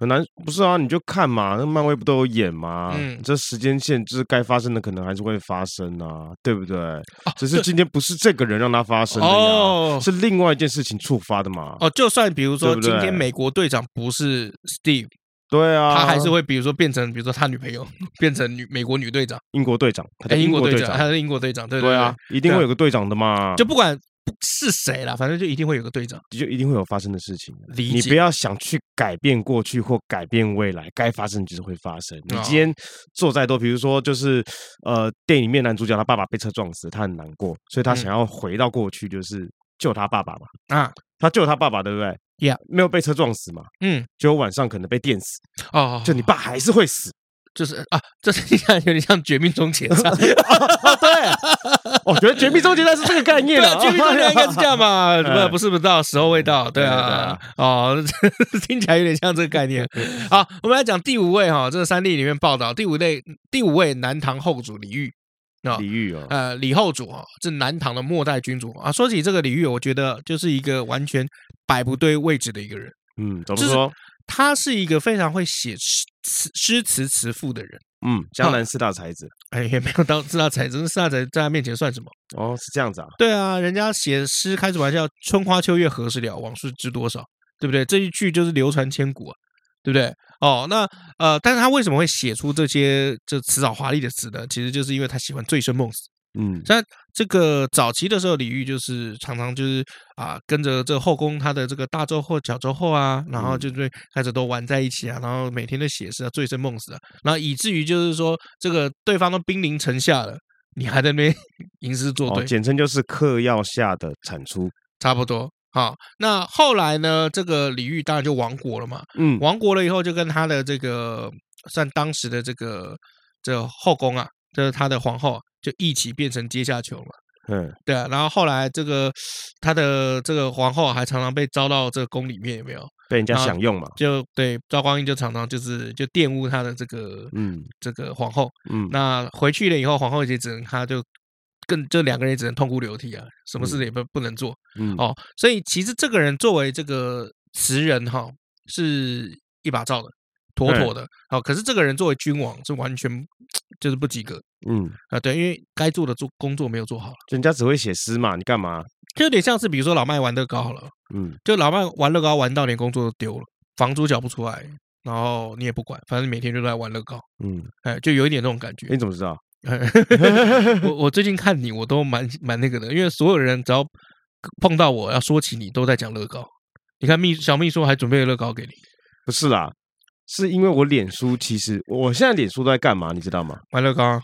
Speaker 3: 很难，不是啊？你就看嘛，那漫威不都有演吗？嗯，这时间线就是该发生的，可能还是会发生啊，对不对？啊、只是今天不是这个人让他发生的呀，哦、是另外一件事情触发的嘛。
Speaker 1: 哦，就算比如说今天美国队长不是 Steve。
Speaker 3: 对啊，
Speaker 1: 他还是会比如说变成，比如说他女朋友变成女美国女队长，
Speaker 3: 英国队长，他
Speaker 1: 叫
Speaker 3: 英国队长，
Speaker 1: 他是英国队长，对对
Speaker 3: 对啊，一定会有个队长的嘛，
Speaker 1: 就不管是谁啦，反正就一定会有个队长，
Speaker 3: 就一定会有发生的事情。
Speaker 1: 理解，
Speaker 3: 你不要想去改变过去或改变未来，该发生就是会发生。你今天做再多，比如说就是呃，电影里面男主角他爸爸被车撞死，他很难过，所以他想要回到过去，就是救他爸爸嘛。啊，他救他爸爸，对不对？
Speaker 1: Yeah.
Speaker 3: 没有被车撞死嘛？嗯，就晚上可能被电死哦，就你爸还是会死，
Speaker 1: 就是啊，这听起来有点像《绝命终结战》
Speaker 3: 哦，对，我觉得《绝命终结战》是这个概念
Speaker 1: 啊，《绝命终结战》应该是这样嘛？不，不是不到，时候未到，对啊，哦，听起来有点像这个概念。好，我们来讲第五位哈，这个三立里面报道，第五位第五位南唐后主李煜。
Speaker 3: 李煜哦，
Speaker 1: 呃，李后主啊，是南唐的末代君主啊。说起这个李煜，我觉得就是一个完全摆不对位置的一个人。
Speaker 3: 嗯，怎么说？
Speaker 1: 他是一个非常会写诗诗词词赋的人。
Speaker 3: 嗯，江南四大才子，
Speaker 1: 哎，也没有到四大才子，四大才子在他面前算什么？
Speaker 3: 哦，是这样子啊。
Speaker 1: 对啊，人家写诗开什么玩笑？春花秋月何时了？往事知多少？对不对？这一句就是流传千古啊。对不对？哦，那呃，但是他为什么会写出这些这辞藻华丽的词呢？其实就是因为他喜欢醉生梦死。嗯，像这个早期的时候，李煜就是常常就是啊，跟着这后宫他的这个大周后、小周后啊，然后就是开始都玩在一起啊，然后每天都写诗啊，醉生梦死啊，然后以至于就是说，这个对方都兵临城下了，你还在那边吟诗作对，
Speaker 3: 哦，简称就是嗑药下的产出，
Speaker 1: 差不多。好，那后来呢？这个李煜当然就亡国了嘛。嗯，亡国了以后，就跟他的这个算当时的这个这个后宫啊，就是他的皇后，就一起变成阶下囚嘛。嗯，对啊。然后后来这个他的这个皇后还常常被招到这个宫里面，有没有？
Speaker 3: 被人家享用嘛？
Speaker 1: 就对，赵匡胤就常常就是就玷污他的这个嗯这个皇后。嗯，那回去了以后，皇后也只能他就。更这两个人只能痛哭流涕啊，什么事也不不能做，嗯哦，所以其实这个人作为这个词人哈，是一把罩的，妥妥的，好，可是这个人作为君王是完全就是不及格，嗯啊，对，因为该做的做工作没有做好，
Speaker 3: 人家只会写诗嘛，你干嘛？
Speaker 1: 就有点像是比如说老麦玩乐高好了，嗯，就老麦玩乐高玩到连工作都丢了，房租缴不出来，然后你也不管，反正每天就在玩乐高，嗯，哎，就有一点那种感觉，
Speaker 3: 你怎么知道？
Speaker 1: 我我最近看你，我都蛮蛮那个的，因为所有人只要碰到我要说起你，都在讲乐高。你看秘小秘书还准备了乐高给你，
Speaker 3: 不是啦，是因为我脸书其实我现在脸书都在干嘛，你知道吗？
Speaker 1: 玩乐高、啊。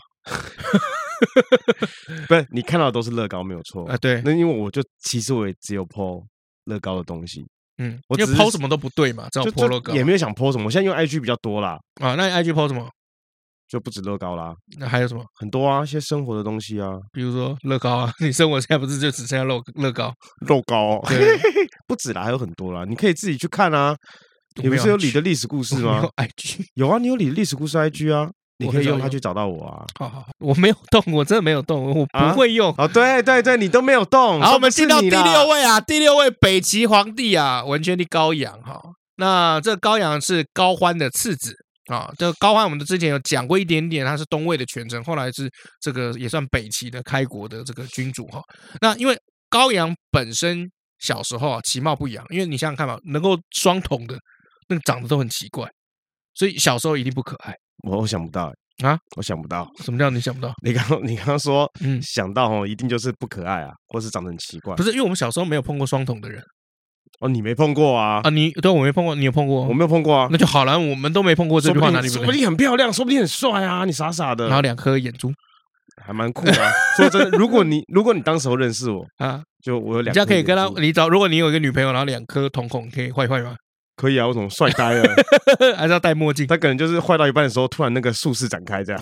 Speaker 3: 不是你看到的都是乐高没有错
Speaker 1: 啊，对。
Speaker 3: 那因为我就其实我也只有 po 乐高的东西，
Speaker 1: 嗯，我因为 po 什么都不对嘛，只有 po 乐高，
Speaker 3: 也没有想 po 什么。我现在用 I G 比较多啦，
Speaker 1: 啊，那你 I G po 什么？
Speaker 3: 就不止乐高啦，
Speaker 1: 那还有什么？
Speaker 3: 很多啊，一些生活的东西啊，
Speaker 1: 比如说乐高啊。你生活现在不是就只剩下乐乐高？
Speaker 3: 乐高、哦，不止啦，还有很多啦，你可以自己去看啊。你不是有你的历史故事吗？
Speaker 1: 有 I G
Speaker 3: 有啊，你有你的历史故事 I G 啊，你可以用它去找到我啊。
Speaker 1: 好好好，我没有动，我真的没有动，我不会用。
Speaker 3: 哦，对对对，你都没有动。
Speaker 1: 好，我们进到第六位啊，第六位北齐皇帝啊，文宣帝高阳哈。那这高阳是高欢的次子。啊，这高欢我们之前有讲过一点点，他是东魏的权臣，后来是这个也算北齐的开国的这个君主哈。那因为高阳本身小时候啊其貌不扬，因为你想想看嘛，能够双瞳的那个长得都很奇怪，所以小时候一定不可爱。
Speaker 3: 我我想不到
Speaker 1: 啊，
Speaker 3: 我想不到，
Speaker 1: 什么叫你想不到？
Speaker 3: 你刚你刚刚说，嗯，想到哦，一定就是不可爱啊，或是长得很奇怪。
Speaker 1: 不是，因为我们小时候没有碰过双瞳的人。
Speaker 3: 哦，你没碰过啊？
Speaker 1: 啊，你对我没碰过，你有碰过？
Speaker 3: 我没有碰过啊。
Speaker 1: 那就好了，我们都没碰过这句话，哪里不对？
Speaker 3: 说不定很漂亮，说不定很帅啊！你傻傻的。
Speaker 1: 然后两颗眼珠，
Speaker 3: 还蛮酷的、啊。说真的，如果你如果你当时候认识我啊，就我有两，
Speaker 1: 你这样可以跟他，你找，如果你有一个女朋友，然后两颗瞳孔，可以坏坏吗？
Speaker 3: 可以啊，我怎么帅呆了？
Speaker 1: 还是要戴墨镜？
Speaker 3: 他可能就是坏到一半的时候，突然那个术式展开这样。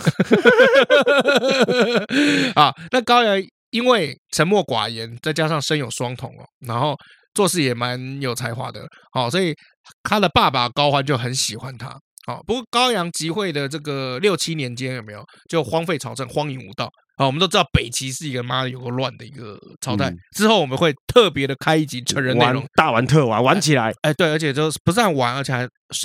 Speaker 1: 啊，那高阳因为沉默寡言，再加上身有双瞳哦，然后。做事也蛮有才华的，好，所以他的爸爸高欢就很喜欢他。好，不过高阳即位的这个六七年间有没有就荒废朝政，荒淫无道？好，我们都知道北齐是一个妈的有个乱的一个朝代。嗯、之后我们会特别的开一集成人内容，
Speaker 3: 大玩特玩，玩起来。
Speaker 1: 哎，对，而且就是不是玩，而且还杀，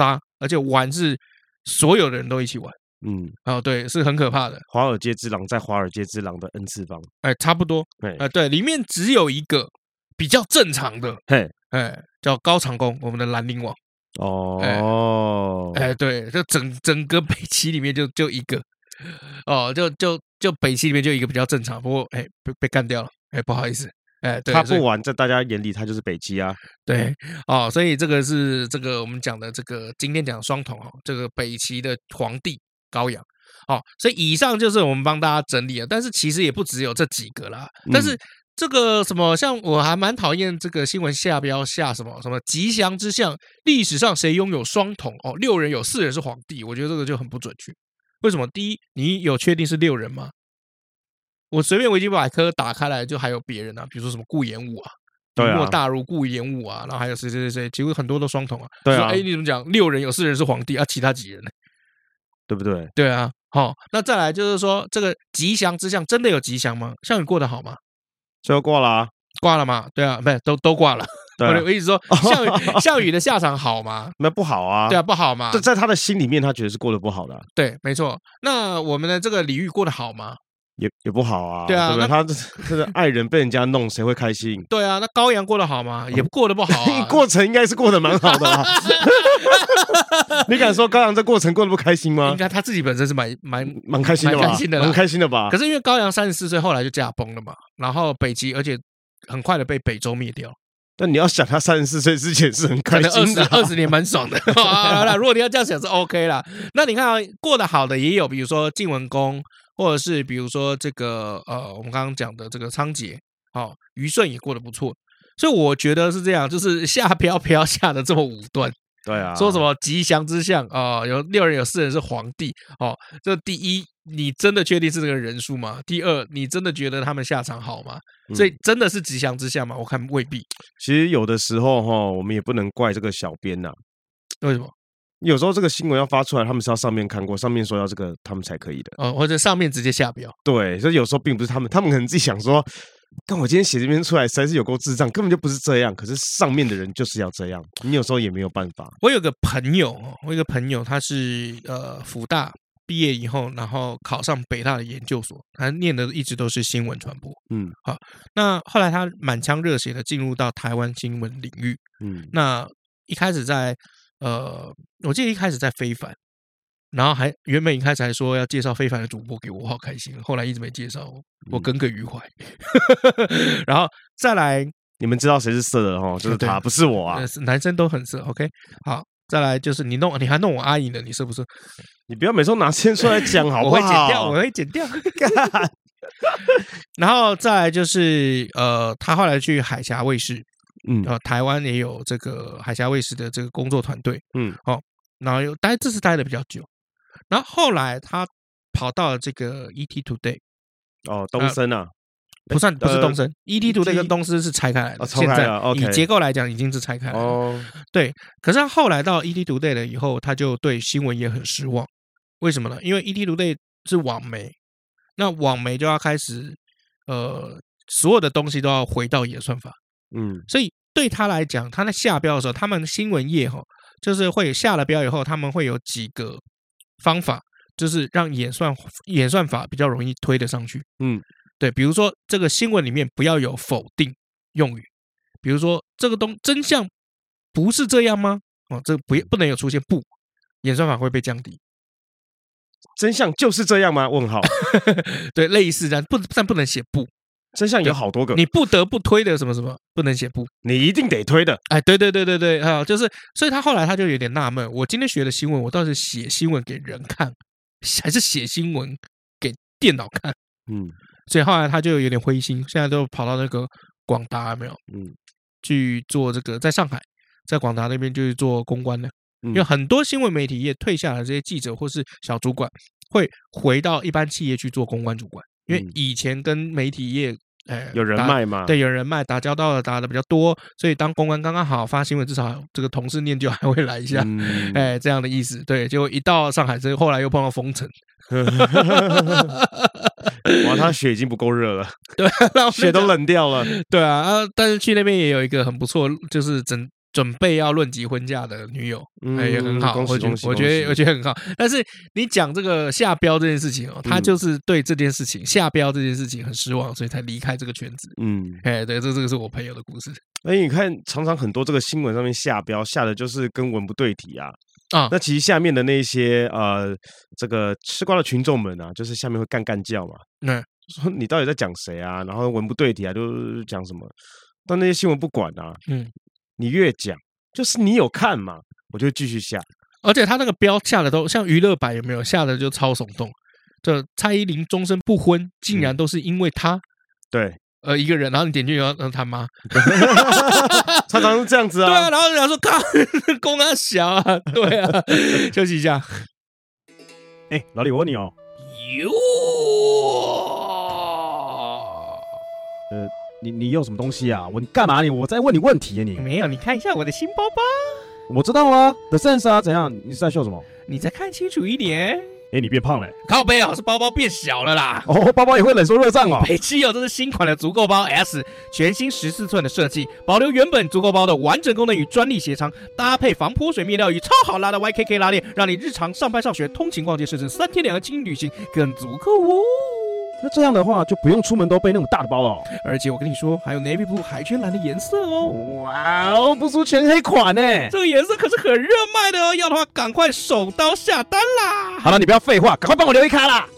Speaker 1: 而且玩是所有的人都一起玩。嗯，哦，对，是很可怕的。
Speaker 3: 华尔街之狼在华尔街之狼的 N 次方，
Speaker 1: 哎，差不多。哎，对，里面只有一个比较正常的，嘿，哎，叫高长恭，我们的兰陵王。哦，哎，对，就整整个北齐里面就就一个，哦，就就就北齐里面就一个比较正常，不过哎被被干掉了，哎，不好意思。哎，对，
Speaker 3: 他不玩，在大家眼里他就是北齐啊。
Speaker 1: 对，哦，所以这个是这个我们讲的这个今天讲的双瞳哦，这个北齐的皇帝高阳。哦，所以以上就是我们帮大家整理了，但是其实也不只有这几个啦。但是这个什么，像我还蛮讨厌这个新闻下标下什么什么吉祥之象，历史上谁拥有双瞳？哦，六人有四人是皇帝，我觉得这个就很不准确。为什么？第一，你有确定是六人吗？我随便维基百科打开来，就还有别人啊，比如说什么顾炎武啊，
Speaker 3: 对啊，
Speaker 1: 大如顾炎武啊，然后还有谁谁谁谁，几乎很多都双瞳啊。
Speaker 3: 对啊，
Speaker 1: 哎，你怎么讲？六人有四人是皇帝啊，其他几人呢？
Speaker 3: 对不对？
Speaker 1: 对啊，好、哦，那再来就是说，这个吉祥之象真的有吉祥吗？项羽过得好吗？
Speaker 3: 最后挂了啊，
Speaker 1: 挂了吗？对啊，不是都都挂了。
Speaker 3: 对啊、
Speaker 1: 我意思说，项羽项羽的下场好吗？
Speaker 3: 那不好啊。
Speaker 1: 对啊，不好嘛。
Speaker 3: 在在他的心里面，他觉得是过得不好的、啊。
Speaker 1: 对，没错。那我们的这个李煜过得好吗？
Speaker 3: 也也不好啊，
Speaker 1: 对啊，
Speaker 3: 对不对？他这个爱人被人家弄，谁会开心？
Speaker 1: 对啊，那高阳过得好吗？也过得不好啊。
Speaker 3: 过程应该是过得蛮好的啊。你敢说高阳这过程过得不开心吗？
Speaker 1: 应该他自己本身是蛮蛮
Speaker 3: 蛮开心的吧？
Speaker 1: 蛮开心的，
Speaker 3: 蛮开心的吧？
Speaker 1: 可是因为高阳三十四岁，后来就驾崩了嘛，然后北齐，而且很快的被北周灭掉。
Speaker 3: 但你要想，他三十四岁之前是很开心的、啊，
Speaker 1: 二十年蛮爽的。好啦，如果你要这样想是 OK 啦。那你看啊，过得好的也有，比如说晋文公。或者是比如说这个呃，我们刚刚讲的这个仓颉，好，虞舜也过得不错，所以我觉得是这样，就是下标标下的这么武断，
Speaker 3: 对啊，
Speaker 1: 说什么吉祥之象啊、呃，有六人有四人是皇帝，哦，这第一，你真的确定是这个人数吗？第二，你真的觉得他们下场好吗？所以真的是吉祥之象吗？我看未必。
Speaker 3: 其实有的时候哈，我们也不能怪这个小编呐、啊，
Speaker 1: 为什么？
Speaker 3: 有时候这个新闻要发出来，他们是要上面看过，上面说要这个，他们才可以的。
Speaker 1: 哦，或者上面直接下标。
Speaker 3: 对，所以有时候并不是他们，他们可能自己想说，但我今天写这边出来，实在是有够智障，根本就不是这样。可是上面的人就是要这样，你有时候也没有办法。
Speaker 1: 我有个朋友，我有个朋友，他是呃辅大毕业以后，然后考上北大的研究所，他念的一直都是新闻传播。嗯，好，那后来他满腔热血的进入到台湾新闻领域。嗯，那一开始在。呃，我记得一开始在非凡，然后还原本一开始还说要介绍非凡的主播给我，我好开心。后来一直没介绍，我耿耿于怀。嗯、然后再来，
Speaker 3: 你们知道谁是色的哈？就是他，不是我啊。
Speaker 1: 男生都很色 ，OK。好，再来就是你弄，你还弄我阿姨呢，你是不是？
Speaker 3: 你不要每次拿先出来讲好不好？
Speaker 1: 我会剪掉，我会剪掉。然后再来就是呃，他后来去海峡卫视。嗯，呃，台湾也有这个海峡卫视的这个工作团队，嗯，好、哦，然后又待这次待的比较久，然后后来他跑到了这个 E T Today，
Speaker 3: 哦，东森啊，
Speaker 1: 呃、不算不是东森、呃、，E T Today 跟东森是拆开来的，
Speaker 3: 哦、现在、
Speaker 1: okay、以结构来讲已经是拆开来了，哦，对，可是他后来到 E T Today 了以后，他就对新闻也很失望，为什么呢？因为 E T Today 是网媒，那网媒就要开始，呃，所有的东西都要回到演算法。嗯，所以对他来讲，他在下标的时候，他们新闻业哈，就是会下了标以后，他们会有几个方法，就是让演算演算法比较容易推得上去。嗯，对，比如说这个新闻里面不要有否定用语，比如说这个东真相不是这样吗？哦，这不不能有出现不，演算法会被降低。
Speaker 3: 真相就是这样吗？问号。
Speaker 1: 对，类似这样，不但不能写不。
Speaker 3: 真相有好多个，
Speaker 1: 你不得不推的什么什么不能写不，
Speaker 3: 你一定得推的。
Speaker 1: 哎，对对对对对，啊，就是，所以他后来他就有点纳闷，我今天学的新闻，我到底是写新闻给人看，还是写新闻给电脑看？嗯，所以后来他就有点灰心，现在都跑到那个广达有没有？嗯，去做这个，在上海，在广达那边就是做公关的，嗯、因为很多新闻媒体业退下来这些记者或是小主管，会回到一般企业去做公关主管。因为以前跟媒体业，呃，
Speaker 3: 有人脉嘛，
Speaker 1: 对，有人脉打交道的打的比较多，所以当公关刚刚好发新闻，至少这个同事念旧还会来一下，嗯、哎，这样的意思。对，结果一到上海之后，后来又碰到封城，
Speaker 3: 哇，他血已经不够热了，
Speaker 1: 对，
Speaker 3: 血都冷掉了，
Speaker 1: 对啊，啊，但是去那边也有一个很不错，就是整准备要论及婚嫁的女友，嗯、也很好。
Speaker 3: 恭喜
Speaker 1: 我觉得我觉得我觉得很好。但是你讲这个下标这件事情哦，他就是对这件事情、嗯、下标这件事情很失望，所以才离开这个圈子。嗯，哎，对，这这个是我朋友的故事。
Speaker 3: 哎，你看，常常很多这个新闻上面下标下的就是跟文不对题啊。啊，那其实下面的那些呃，这个吃瓜的群众们啊，就是下面会干干叫嘛，嗯，说你到底在讲谁啊？然后文不对题啊，就是讲什么？但那些新闻不管啊，嗯，你越讲，就是你有看嘛，我就继续下。
Speaker 1: 而且他那个标下的都像娱乐版有没有下的就超耸动，这蔡依林终身不婚，竟然都是因为他，嗯、
Speaker 3: 对。
Speaker 1: 呃，一个人，然后你点进去，然后他妈，
Speaker 3: 常常是这样子啊。
Speaker 1: 对啊，然后人家说，靠，公他小啊，对啊，休息一下。
Speaker 2: 哎、欸，老李，我问你哦，
Speaker 1: 哟，
Speaker 2: 呃，你你用什么东西啊？我你干嘛你？我在问你问题啊你。
Speaker 1: 没有，你看一下我的新包包。
Speaker 2: 我知道啊 ，The Sense 啊，怎样？你是在秀什么？
Speaker 1: 你再看清楚一点。
Speaker 2: 哎、欸，你变胖了、欸，
Speaker 1: 靠背啊，是包包变小了啦。
Speaker 2: 哦，包包也会冷缩热胀哦。
Speaker 1: 北七哦，这是新款的足够包 S， 全新十四寸的设计，保留原本足够包的完整功能与专利鞋长，搭配防泼水面料与超好拉的 Y K K 拉链，让你日常上班、上学、通勤、逛街，甚至三天两夜轻旅行更足够哦。
Speaker 2: 那这样的话，就不用出门都背那种大的包了、哦。
Speaker 1: 而且我跟你说，还有 navy blue 海军蓝的颜色哦。
Speaker 2: 哇哦，不输全黑款呢！
Speaker 1: 这个颜色可是很热卖的哦，要的话赶快手刀下单啦！
Speaker 2: 好了，你不要废话，赶快帮我留一卡啦！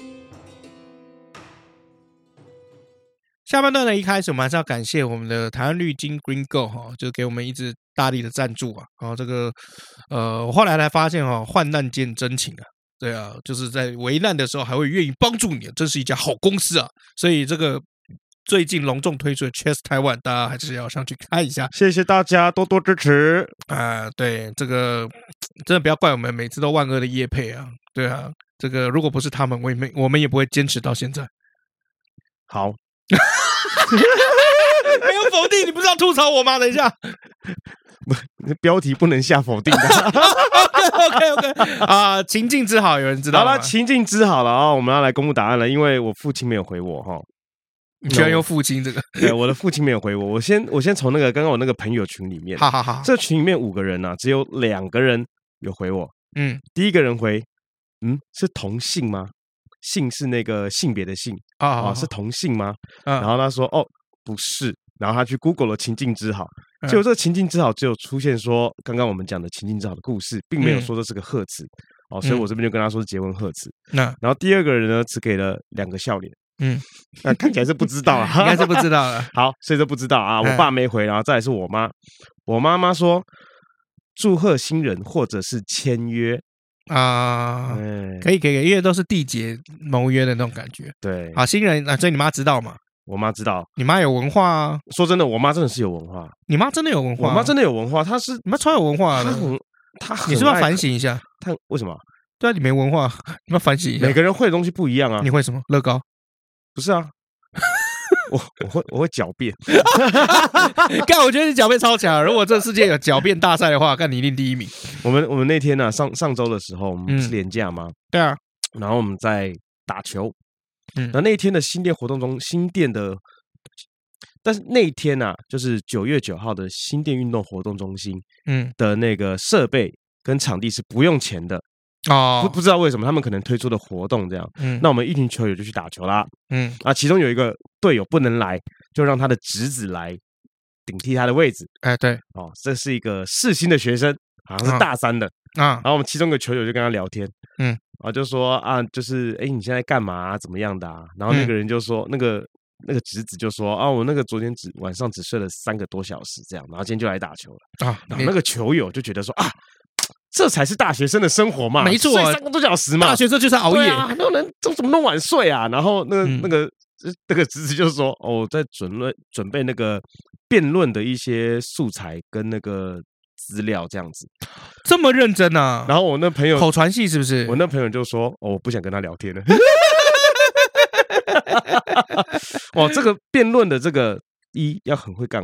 Speaker 1: 下半段呢，一开始我们还是要感谢我们的台湾绿金 Green Go 哈，就给我们一直大力的赞助啊。然后这个呃，我后来才发现哈，患难见真情啊。对啊，就是在危难的时候还会愿意帮助你，真是一家好公司啊！所以这个最近隆重推出的 Chess Taiwan， 大家还是要上去看一下。
Speaker 3: 谢谢大家多多支持
Speaker 1: 啊、呃！对，这个真的不要怪我们每次都万恶的业配啊！对啊，这个如果不是他们，我也没我们也不会坚持到现在。
Speaker 3: 好，
Speaker 1: 没有否定，你不是要吐槽我吗？等一下。
Speaker 3: 标题不能下否定的。
Speaker 1: OK OK 啊、呃，情境之好，有人知道吗？
Speaker 3: 好了，情境之好了啊、哦，我们要来公布答案了，因为我父亲没有回我哈。
Speaker 1: 你居然用父亲这个？
Speaker 3: 对，我的父亲没有回我。我先我先从那个刚刚我那个朋友群里面，
Speaker 1: 好好好，
Speaker 3: 这群里面五个人啊，只有两个人有回我。嗯，第一个人回，嗯，是同性吗？性是那个性别的性啊、哦哦，是同性吗？嗯、然后他说，哦，不是。然后他去 Google 了情境之好。结果这个情境之好只有出现说刚刚我们讲的情境之好的故事，并没有说这是个贺词、嗯、哦，所以我这边就跟他说是结婚贺词。那、嗯、然后第二个人呢，只给了两个笑脸，嗯，那看起来是不知道啊，
Speaker 1: 应该是不知道了。
Speaker 3: 好，所以都不知道啊。我爸没回，然后再来是我妈，我妈妈说祝贺新人或者是签约
Speaker 1: 啊、呃，可以可以，因为都是缔结盟约的那种感觉。
Speaker 3: 对，
Speaker 1: 好，新人啊，所以你妈知道吗？
Speaker 3: 我妈知道，
Speaker 1: 你妈有文化啊！
Speaker 3: 说真的，我妈真的是有文化。
Speaker 1: 你妈真的有文化、啊，
Speaker 3: 我妈真的有文化，她是
Speaker 1: 你妈超有文化的。她
Speaker 3: 很，她很，
Speaker 1: 你是不是要反省一下？
Speaker 3: 她为什么？
Speaker 1: 对啊，你没文化，你要反省一下。
Speaker 3: 每个人会的东西不一样啊。
Speaker 1: 你会什么？乐高？
Speaker 3: 不是啊，我我会我会狡辩。
Speaker 1: 干，我觉得你狡辩超强。如果这世界有狡辩大赛的话，干你一定第一名。
Speaker 3: 我们我们那天呢、啊，上上周的时候，我们不是连假吗、
Speaker 1: 嗯？对啊，
Speaker 3: 然后我们在打球。嗯，那那一天的新店活动中，新店的，但是那一天啊，就是九月九号的新店运动活动中心，嗯的那个设备跟场地是不用钱的哦，不不知道为什么他们可能推出的活动这样，嗯，那我们一群球友就去打球啦，嗯啊，其中有一个队友不能来，就让他的侄子来顶替他的位置，
Speaker 1: 哎，对，
Speaker 3: 哦，这是一个世新的学生，好像是大三的啊，然后我们其中一个球友就跟他聊天，嗯。啊，就说啊，就是哎，你现在干嘛、啊？怎么样的啊？然后那个人就说，嗯、那个那个侄子就说啊，我那个昨天只晚上只睡了三个多小时，这样，然后今天就来打球了啊。然后那个球友就觉得说啊，这才是大学生的生活嘛，
Speaker 1: 没错、啊，
Speaker 3: 睡三个多小时嘛，
Speaker 1: 大学生就是熬夜，
Speaker 3: 啊，那人怎么怎么那么晚睡啊？然后那个、嗯、那个那个侄子就说，哦，在准备准备那个辩论的一些素材跟那个。资料这样子，
Speaker 1: 这么认真啊！
Speaker 3: 然后我那朋友
Speaker 1: 口传系是不是？
Speaker 3: 我那朋友就说：“哦，我不想跟他聊天了。”哇，这个辩论的这个一要很会干话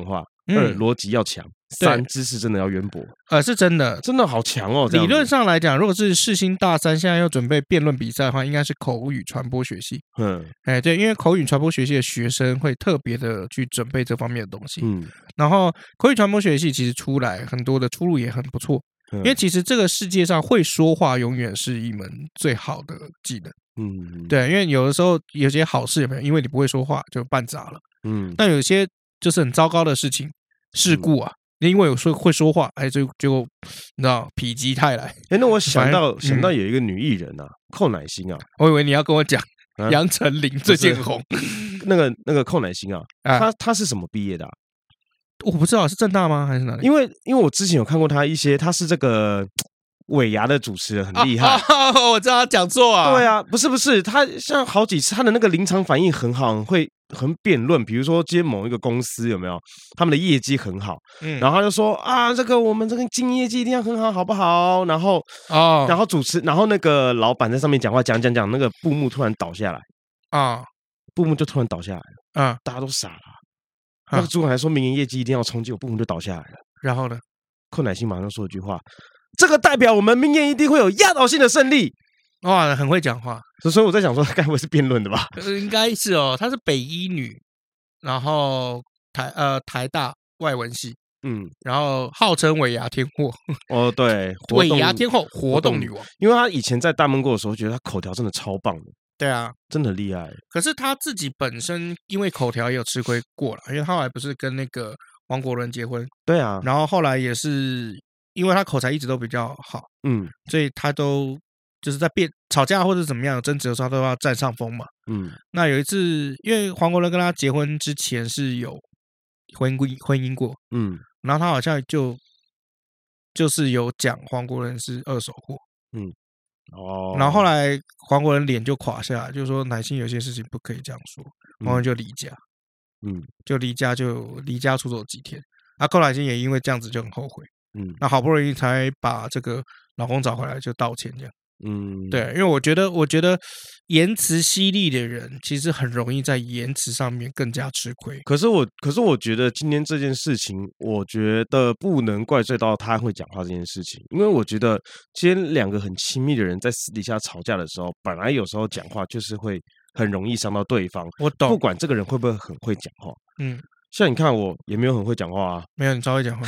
Speaker 3: 二逻辑要强，三知识真的要渊博。
Speaker 1: 呃，是真的，
Speaker 3: 真的好强哦。
Speaker 1: 理论上来讲，如果是世新大三现在要准备辩论比赛的话，应该是口语传播学系。嗯，哎，对，因为口语传播学系的学生会特别的去准备这方面的东西。嗯，然后口语传播学系其实出来很多的出路也很不错，因为其实这个世界上会说话永远是一门最好的技能。嗯，对，因为有的时候有些好事有没有，因为你不会说话就办砸了。嗯，但有些就是很糟糕的事情事故啊。因为有说会说话，哎，就就你知道否极泰来。
Speaker 3: 哎，那我想到、嗯、想到有一个女艺人啊，寇乃馨啊，
Speaker 1: 我以为你要跟我讲、啊、杨丞琳最近红，
Speaker 3: 那个那个寇乃馨啊，啊她她是什么毕业的、啊？
Speaker 1: 我不知道是政大吗还是哪里？
Speaker 3: 因为因为我之前有看过她一些，她是这个尾牙的主持人，很厉害。
Speaker 1: 啊啊、我知道她讲错啊。
Speaker 3: 对啊，不是不是，她像好几次她的那个临场反应很好，会。很辩论，比如说今天某一个公司有没有他们的业绩很好，嗯，然后他就说啊，这个我们这个经营业绩一定要很好，好不好？然后哦，然后主持，然后那个老板在上面讲话，讲讲讲，那个布幕突然倒下来啊，布幕就突然倒下来了，嗯，大家都傻了。那个主管还说明年业绩一定要冲击，布幕就倒下来了。
Speaker 1: 然后呢，
Speaker 3: 寇乃馨马上说一句话：“这个代表我们明年一定会有压倒性的胜利。”
Speaker 1: 哇，很会讲话，
Speaker 3: 所以我在想说，该不会是辩论的吧？
Speaker 1: 呃，应该是哦，她是北一女，然后台呃台大外文系，嗯，然后号称尾牙天后。
Speaker 3: 哦，对，
Speaker 1: 尾牙天后，活动女王，
Speaker 3: 因为她以前在大闷锅的时候，觉得她口条真的超棒的。
Speaker 1: 对啊，
Speaker 3: 真的厉害。
Speaker 1: 可是她自己本身因为口条也有吃亏过了，因为她后来不是跟那个王国伦结婚，
Speaker 3: 对啊，
Speaker 1: 然后后来也是因为她口才一直都比较好，嗯，所以她都。就是在辩吵架或者怎么样争执的时候，他都要占上风嘛。嗯，那有一次，因为黄国伦跟他结婚之前是有婚姻婚姻过，嗯，然后他好像就就是有讲黄国伦是二手货，嗯，哦，然后后来黄国伦脸就垮下来，就说乃馨有些事情不可以这样说，黄国伦就离家，嗯，就离家就离家出走几天，啊，寇乃馨也因为这样子就很后悔，嗯，那好不容易才把这个老公找回来，就道歉这样。嗯，对，因为我觉得，我觉得言辞犀利的人，其实很容易在言辞上面更加吃亏。
Speaker 3: 可是我，可是我觉得今天这件事情，我觉得不能怪罪到他会讲话这件事情，因为我觉得今天两个很亲密的人在私底下吵架的时候，本来有时候讲话就是会很容易伤到对方。
Speaker 1: 我懂，
Speaker 3: 不管这个人会不会很会讲话，嗯，像你看我也没有很会讲话啊，
Speaker 1: 没有，你超会讲话。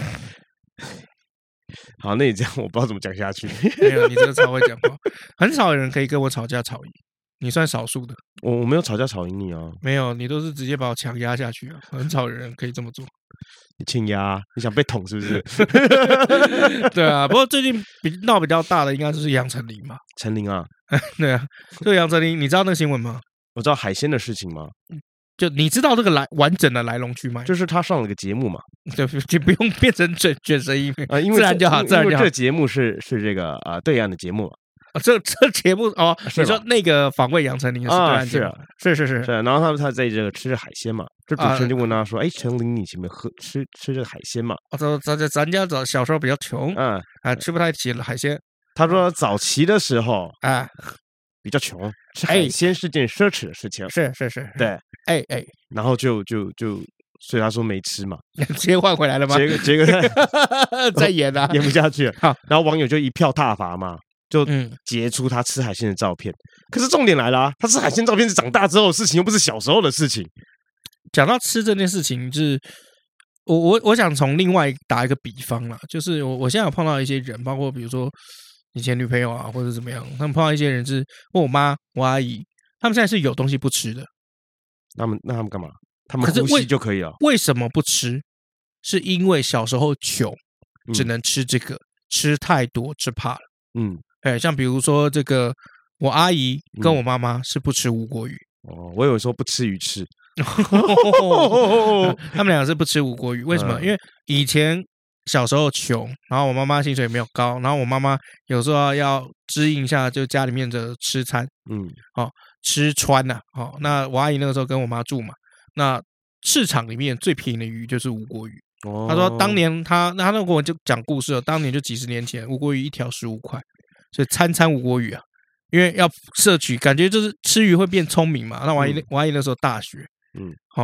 Speaker 3: 好，那你这样我不知道怎么讲下去。
Speaker 1: 没有，你这个超会讲话，很少有人可以跟我吵架吵赢，你算少数的。
Speaker 3: 我我没有吵架吵赢你啊，
Speaker 1: 没有，你都是直接把我强压下去啊，很少有人可以这么做。
Speaker 3: 你轻压，你想被捅是不是？
Speaker 1: 对啊，不过最近比闹比较大的应该就是杨丞琳嘛。
Speaker 3: 丞琳啊，
Speaker 1: 对啊，这个杨丞琳，你知道那个新闻吗？
Speaker 3: 我知道海鲜的事情吗？
Speaker 1: 就你知道这个来完整的来龙去脉，
Speaker 3: 就是他上了个节目嘛，
Speaker 1: 就就不用变成卷卷舌音啊，因为自然就好，自然就好。
Speaker 3: 这节目是是这个啊、呃、对岸的节目
Speaker 1: 啊，这这节目哦，你说那个访问杨丞琳是对岸节目，是是是
Speaker 3: 是，然后他们他在这个吃海鲜嘛，这主持人就问他说：“哎，丞琳，你有没有喝吃吃这个海鲜嘛？”
Speaker 1: 我说：“咱咱咱家早小时候比较穷，嗯啊，吃不太起海鲜。”
Speaker 3: 他说：“早期的时候啊。”比较穷，吃海鲜是件奢侈的事情。
Speaker 1: 是是是，
Speaker 3: 对，
Speaker 1: 哎哎，
Speaker 3: 然后就就就，所以他说没吃嘛，
Speaker 1: 直接换回来了吗？
Speaker 3: 结果结果
Speaker 1: 再演啊，
Speaker 3: 演不下去。好，然后网友就一票挞伐嘛，就截出他吃海鲜的照片。可是重点来了啊，他吃海鲜照片是长大之后的事情，又不是小时候的事情。
Speaker 1: 讲到吃这件事情，就是我我我想从另外打一个比方啦，就是我我现在有碰到一些人，包括比如说。以前女朋友啊，或者怎么样，他们碰到一些人是问我妈、我阿姨，他们现在是有东西不吃的。
Speaker 3: 那么，那他们干嘛？他们呼吸就可以了。
Speaker 1: 为什么不吃？是因为小时候穷，只能吃这个，嗯、吃太多吃怕了。嗯，哎，像比如说这个，我阿姨跟我妈妈是不吃无锅鱼。
Speaker 3: 哦，我有时候不吃鱼翅。
Speaker 1: 他们两个是不吃无锅鱼，为什么？嗯、因为以前。小时候穷，然后我妈妈薪水没有高，然后我妈妈有时候要支应一下就家里面的吃餐，嗯，哦，吃穿呐、啊，哦，那我阿姨那个时候跟我妈住嘛，那市场里面最便宜的鱼就是无锅鱼。哦、他说当年他那他那跟我就讲故事了，当年就几十年前，无锅鱼一条十五块，所以餐餐无锅鱼啊，因为要摄取，感觉就是吃鱼会变聪明嘛。那我阿姨、嗯、我阿姨那时候大学，嗯，哦。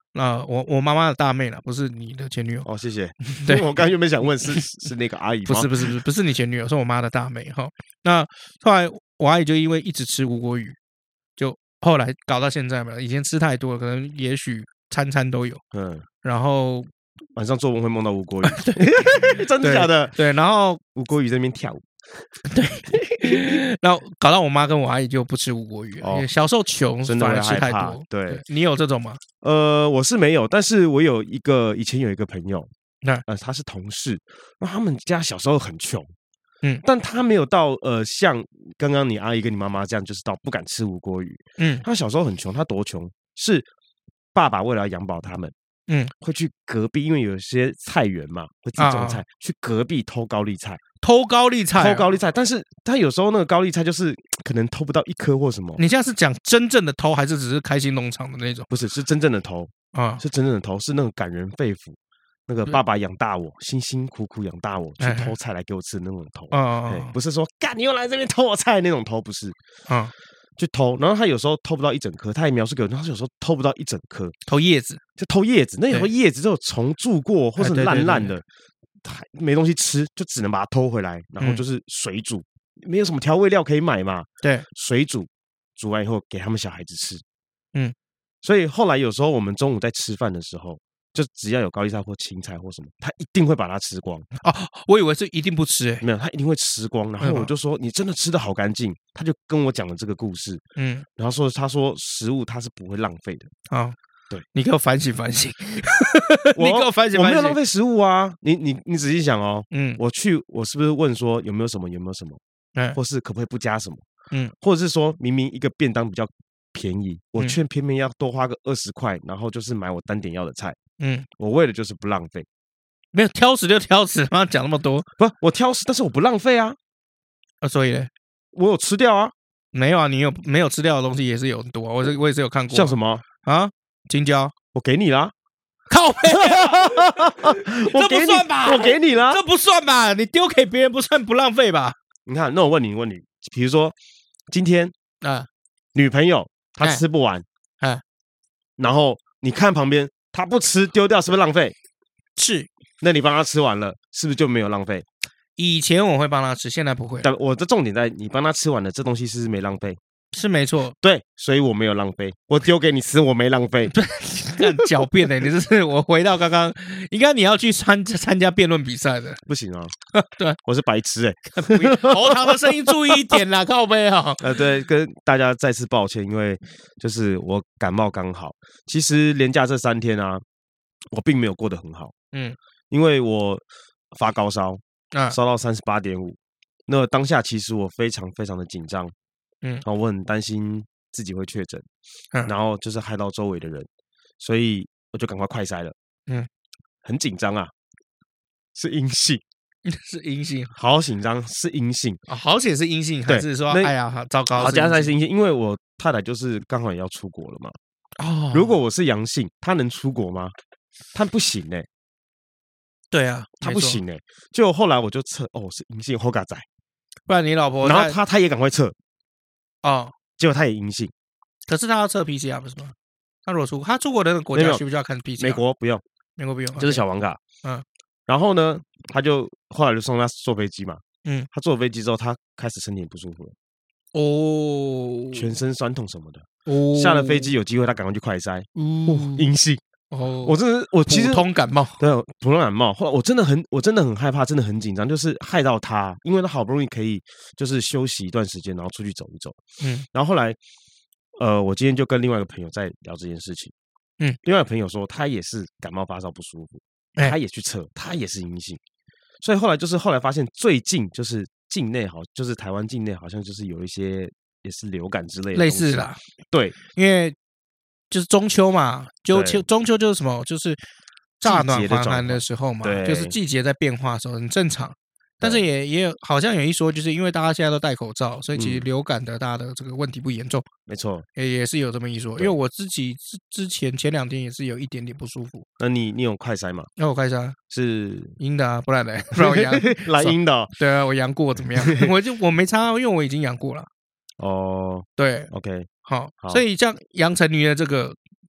Speaker 1: 那我我妈妈的大妹啦，不是你的前女友
Speaker 3: 哦，谢谢。
Speaker 1: 对，
Speaker 3: 我刚才原本想问是是那个阿姨吗？
Speaker 1: 不是不是不是不是你前女友，是我妈的大妹哈。那后来我阿姨就因为一直吃无国语，就后来搞到现在嘛，以前吃太多了，可能也许餐餐都有，嗯，然后
Speaker 3: 晚上做梦会梦到吴国语，真的假的？
Speaker 1: 对，然后
Speaker 3: 吴国语在那边跳舞。
Speaker 1: 对，然后搞到我妈跟我阿姨就不吃无国语，因为小时候穷，
Speaker 3: 真的
Speaker 1: 反而吃太多。
Speaker 3: 对，
Speaker 1: 你有这种吗？
Speaker 3: 呃，我是没有，但是我有一个以前有一个朋友，那呃他是同事，那他们家小时候很穷，嗯，但他没有到呃像刚刚你阿姨跟你妈妈这样，就是到不敢吃无国语，嗯，他小时候很穷，他多穷？是爸爸为了要养饱他们。嗯，会去隔壁，因为有些菜园嘛，会自己种菜，去隔壁偷高丽菜，
Speaker 1: 偷高丽菜，
Speaker 3: 偷高丽菜。但是他有时候那个高丽菜就是可能偷不到一颗或什么。
Speaker 1: 你现在是讲真正的偷，还是只是开心农场的那种？
Speaker 3: 不是，是真正的偷啊，是真正的偷，是那种感人肺腑。那个爸爸养大我，辛辛苦苦养大我，去偷菜来给我吃的那种偷。啊，不是说干你又来这边偷我菜那种偷，不是啊。去偷，然后他有时候偷不到一整颗，他也描述给我，他有时候偷不到一整颗，
Speaker 1: 偷叶子，
Speaker 3: 就偷叶子。那有时候叶子就有虫蛀过，或是烂烂的，没东西吃，就只能把它偷回来，然后就是水煮，没有什么调味料可以买嘛，
Speaker 1: 对，
Speaker 3: 水煮，煮完以后给他们小孩子吃。嗯，所以后来有时候我们中午在吃饭的时候，就只要有高丽菜或芹菜或什么，他一定会把它吃光。
Speaker 1: 哦，我以为是一定不吃，哎，
Speaker 3: 没有，他一定会吃光。然后我就说：“你真的吃的好干净。”他就跟我讲了这个故事，嗯，然后说：“他说食物他是不会浪费的。”啊，对，
Speaker 1: 你给我反省反省，你给我反省反省，
Speaker 3: 我没有浪费食物啊！你你你仔细想哦，嗯，我去，我是不是问说有没有什么有没有什么，嗯，或是可不可以不加什么，嗯，或者是说明明一个便当比较便宜，我却偏偏要多花个二十块，然后就是买我单点要的菜。嗯，我为的就是不浪费，
Speaker 1: 没有挑食就挑食，妈讲那么多，
Speaker 3: 不，我挑食，但是我不浪费啊，
Speaker 1: 啊，所以呢，
Speaker 3: 我有吃掉啊，
Speaker 1: 没有啊，你有没有吃掉的东西也是有很多啊，我是我也是有看过，
Speaker 3: 像什么
Speaker 1: 啊，青椒，
Speaker 3: 我给你啦，
Speaker 1: 靠背，这不算吧？
Speaker 3: 我给你啦，
Speaker 1: 这不算吧？你丢给别人不算不浪费吧？
Speaker 3: 你看，那我问你问你，比如说今天啊，女朋友她吃不完，哎，然后你看旁边。他不吃丢掉是不是浪费？
Speaker 1: 是，
Speaker 3: 那你帮他吃完了，是不是就没有浪费？
Speaker 1: 以前我会帮他吃，现在不会。
Speaker 3: 但我的重点在你帮他吃完了，这东西是不是没浪费？
Speaker 1: 是没错，
Speaker 3: 对，所以我没有浪费，我丢给你吃，我没浪费。
Speaker 1: 对，很狡辩的，你这是我回到刚刚，应该你要去参参加辩论比赛的，
Speaker 3: 不行啊。
Speaker 1: 对，
Speaker 3: 我是白痴哎，
Speaker 1: 喉糖的声音注意一点啦，靠背啊。
Speaker 3: 呃，对，跟大家再次抱歉，因为就是我感冒刚好。其实连假这三天啊，我并没有过得很好，嗯，因为我发高烧，啊，烧到三十八点五，那当下其实我非常非常的紧张。嗯，然后我很担心自己会确诊，嗯，然后就是害到周围的人，所以我就赶快快筛了。嗯，很紧张啊，是阴性，
Speaker 1: 是阴性，
Speaker 3: 好紧张，是阴性
Speaker 1: 啊，好险是阴性，还是说哎呀糟糕？
Speaker 3: 好，加上是阴性，因为我太太就是刚好也要出国了嘛。哦，如果我是阳性，她能出国吗？她不行哎。
Speaker 1: 对啊，
Speaker 3: 她不行哎。就后来我就测，哦，是阴性，后嘎仔。
Speaker 1: 不然你老婆，
Speaker 3: 然后她她也赶快测。
Speaker 1: 哦，
Speaker 3: 结果他也阴性，
Speaker 1: 可是他要测 P C R 不是吗？他如果出他出国的那个国家需不需要看 P C R？
Speaker 3: 美国不用，
Speaker 1: 美国不用，
Speaker 3: 就是小黄卡。嗯，然后呢，他就后来就送他坐飞机嘛。嗯，他坐飞机之后，他开始身体不舒服了。哦，全身酸痛什么的。哦，下了飞机有机会他赶快去快筛。哦，阴性。哦，我真的我其实
Speaker 1: 普通感冒，
Speaker 3: 对，普通感冒。后来我真的很我真的很害怕，真的很紧张，就是害到他，因为他好不容易可以就是休息一段时间，然后出去走一走。嗯，然后后来，呃，我今天就跟另外一个朋友在聊这件事情。嗯，另外一个朋友说他也是感冒发烧不舒服，他也去测，他也是阴性。所以后来就是后来发现最近就是境内好，就是台湾境内好像就是有一些也是流感之类的
Speaker 1: 类似啦。
Speaker 3: 对，
Speaker 1: 因为。就是中秋嘛，就秋中秋就是什么，就是乍暖还寒的时候嘛，就是季节在变化的时候，很正常。但是也也有好像有一说，就是因为大家现在都戴口罩，所以其实流感的大家的这个问题不严重。
Speaker 3: 没错，
Speaker 1: 也也是有这么一说。因为我自己之之前前两天也是有一点点不舒服。
Speaker 3: 那你你有快筛吗？
Speaker 1: 那我快筛
Speaker 3: 是
Speaker 1: 阴的啊，不然嘞，不然我阳
Speaker 3: 来阴的。
Speaker 1: 对啊，我阳过怎么样？我就我没差，因为我已经阳过了。
Speaker 3: 哦，
Speaker 1: 对
Speaker 3: ，OK。
Speaker 1: 好，所以像杨丞琳的这个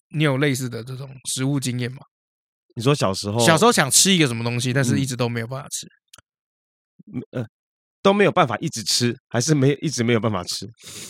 Speaker 1: 你有类似的这种食物经验吗？
Speaker 3: 你说小时候，
Speaker 1: 小时候想吃一个什么东西，但是一直都没有办法吃，
Speaker 3: 嗯呃，都没有办法一直吃，还是没一直没有办法吃？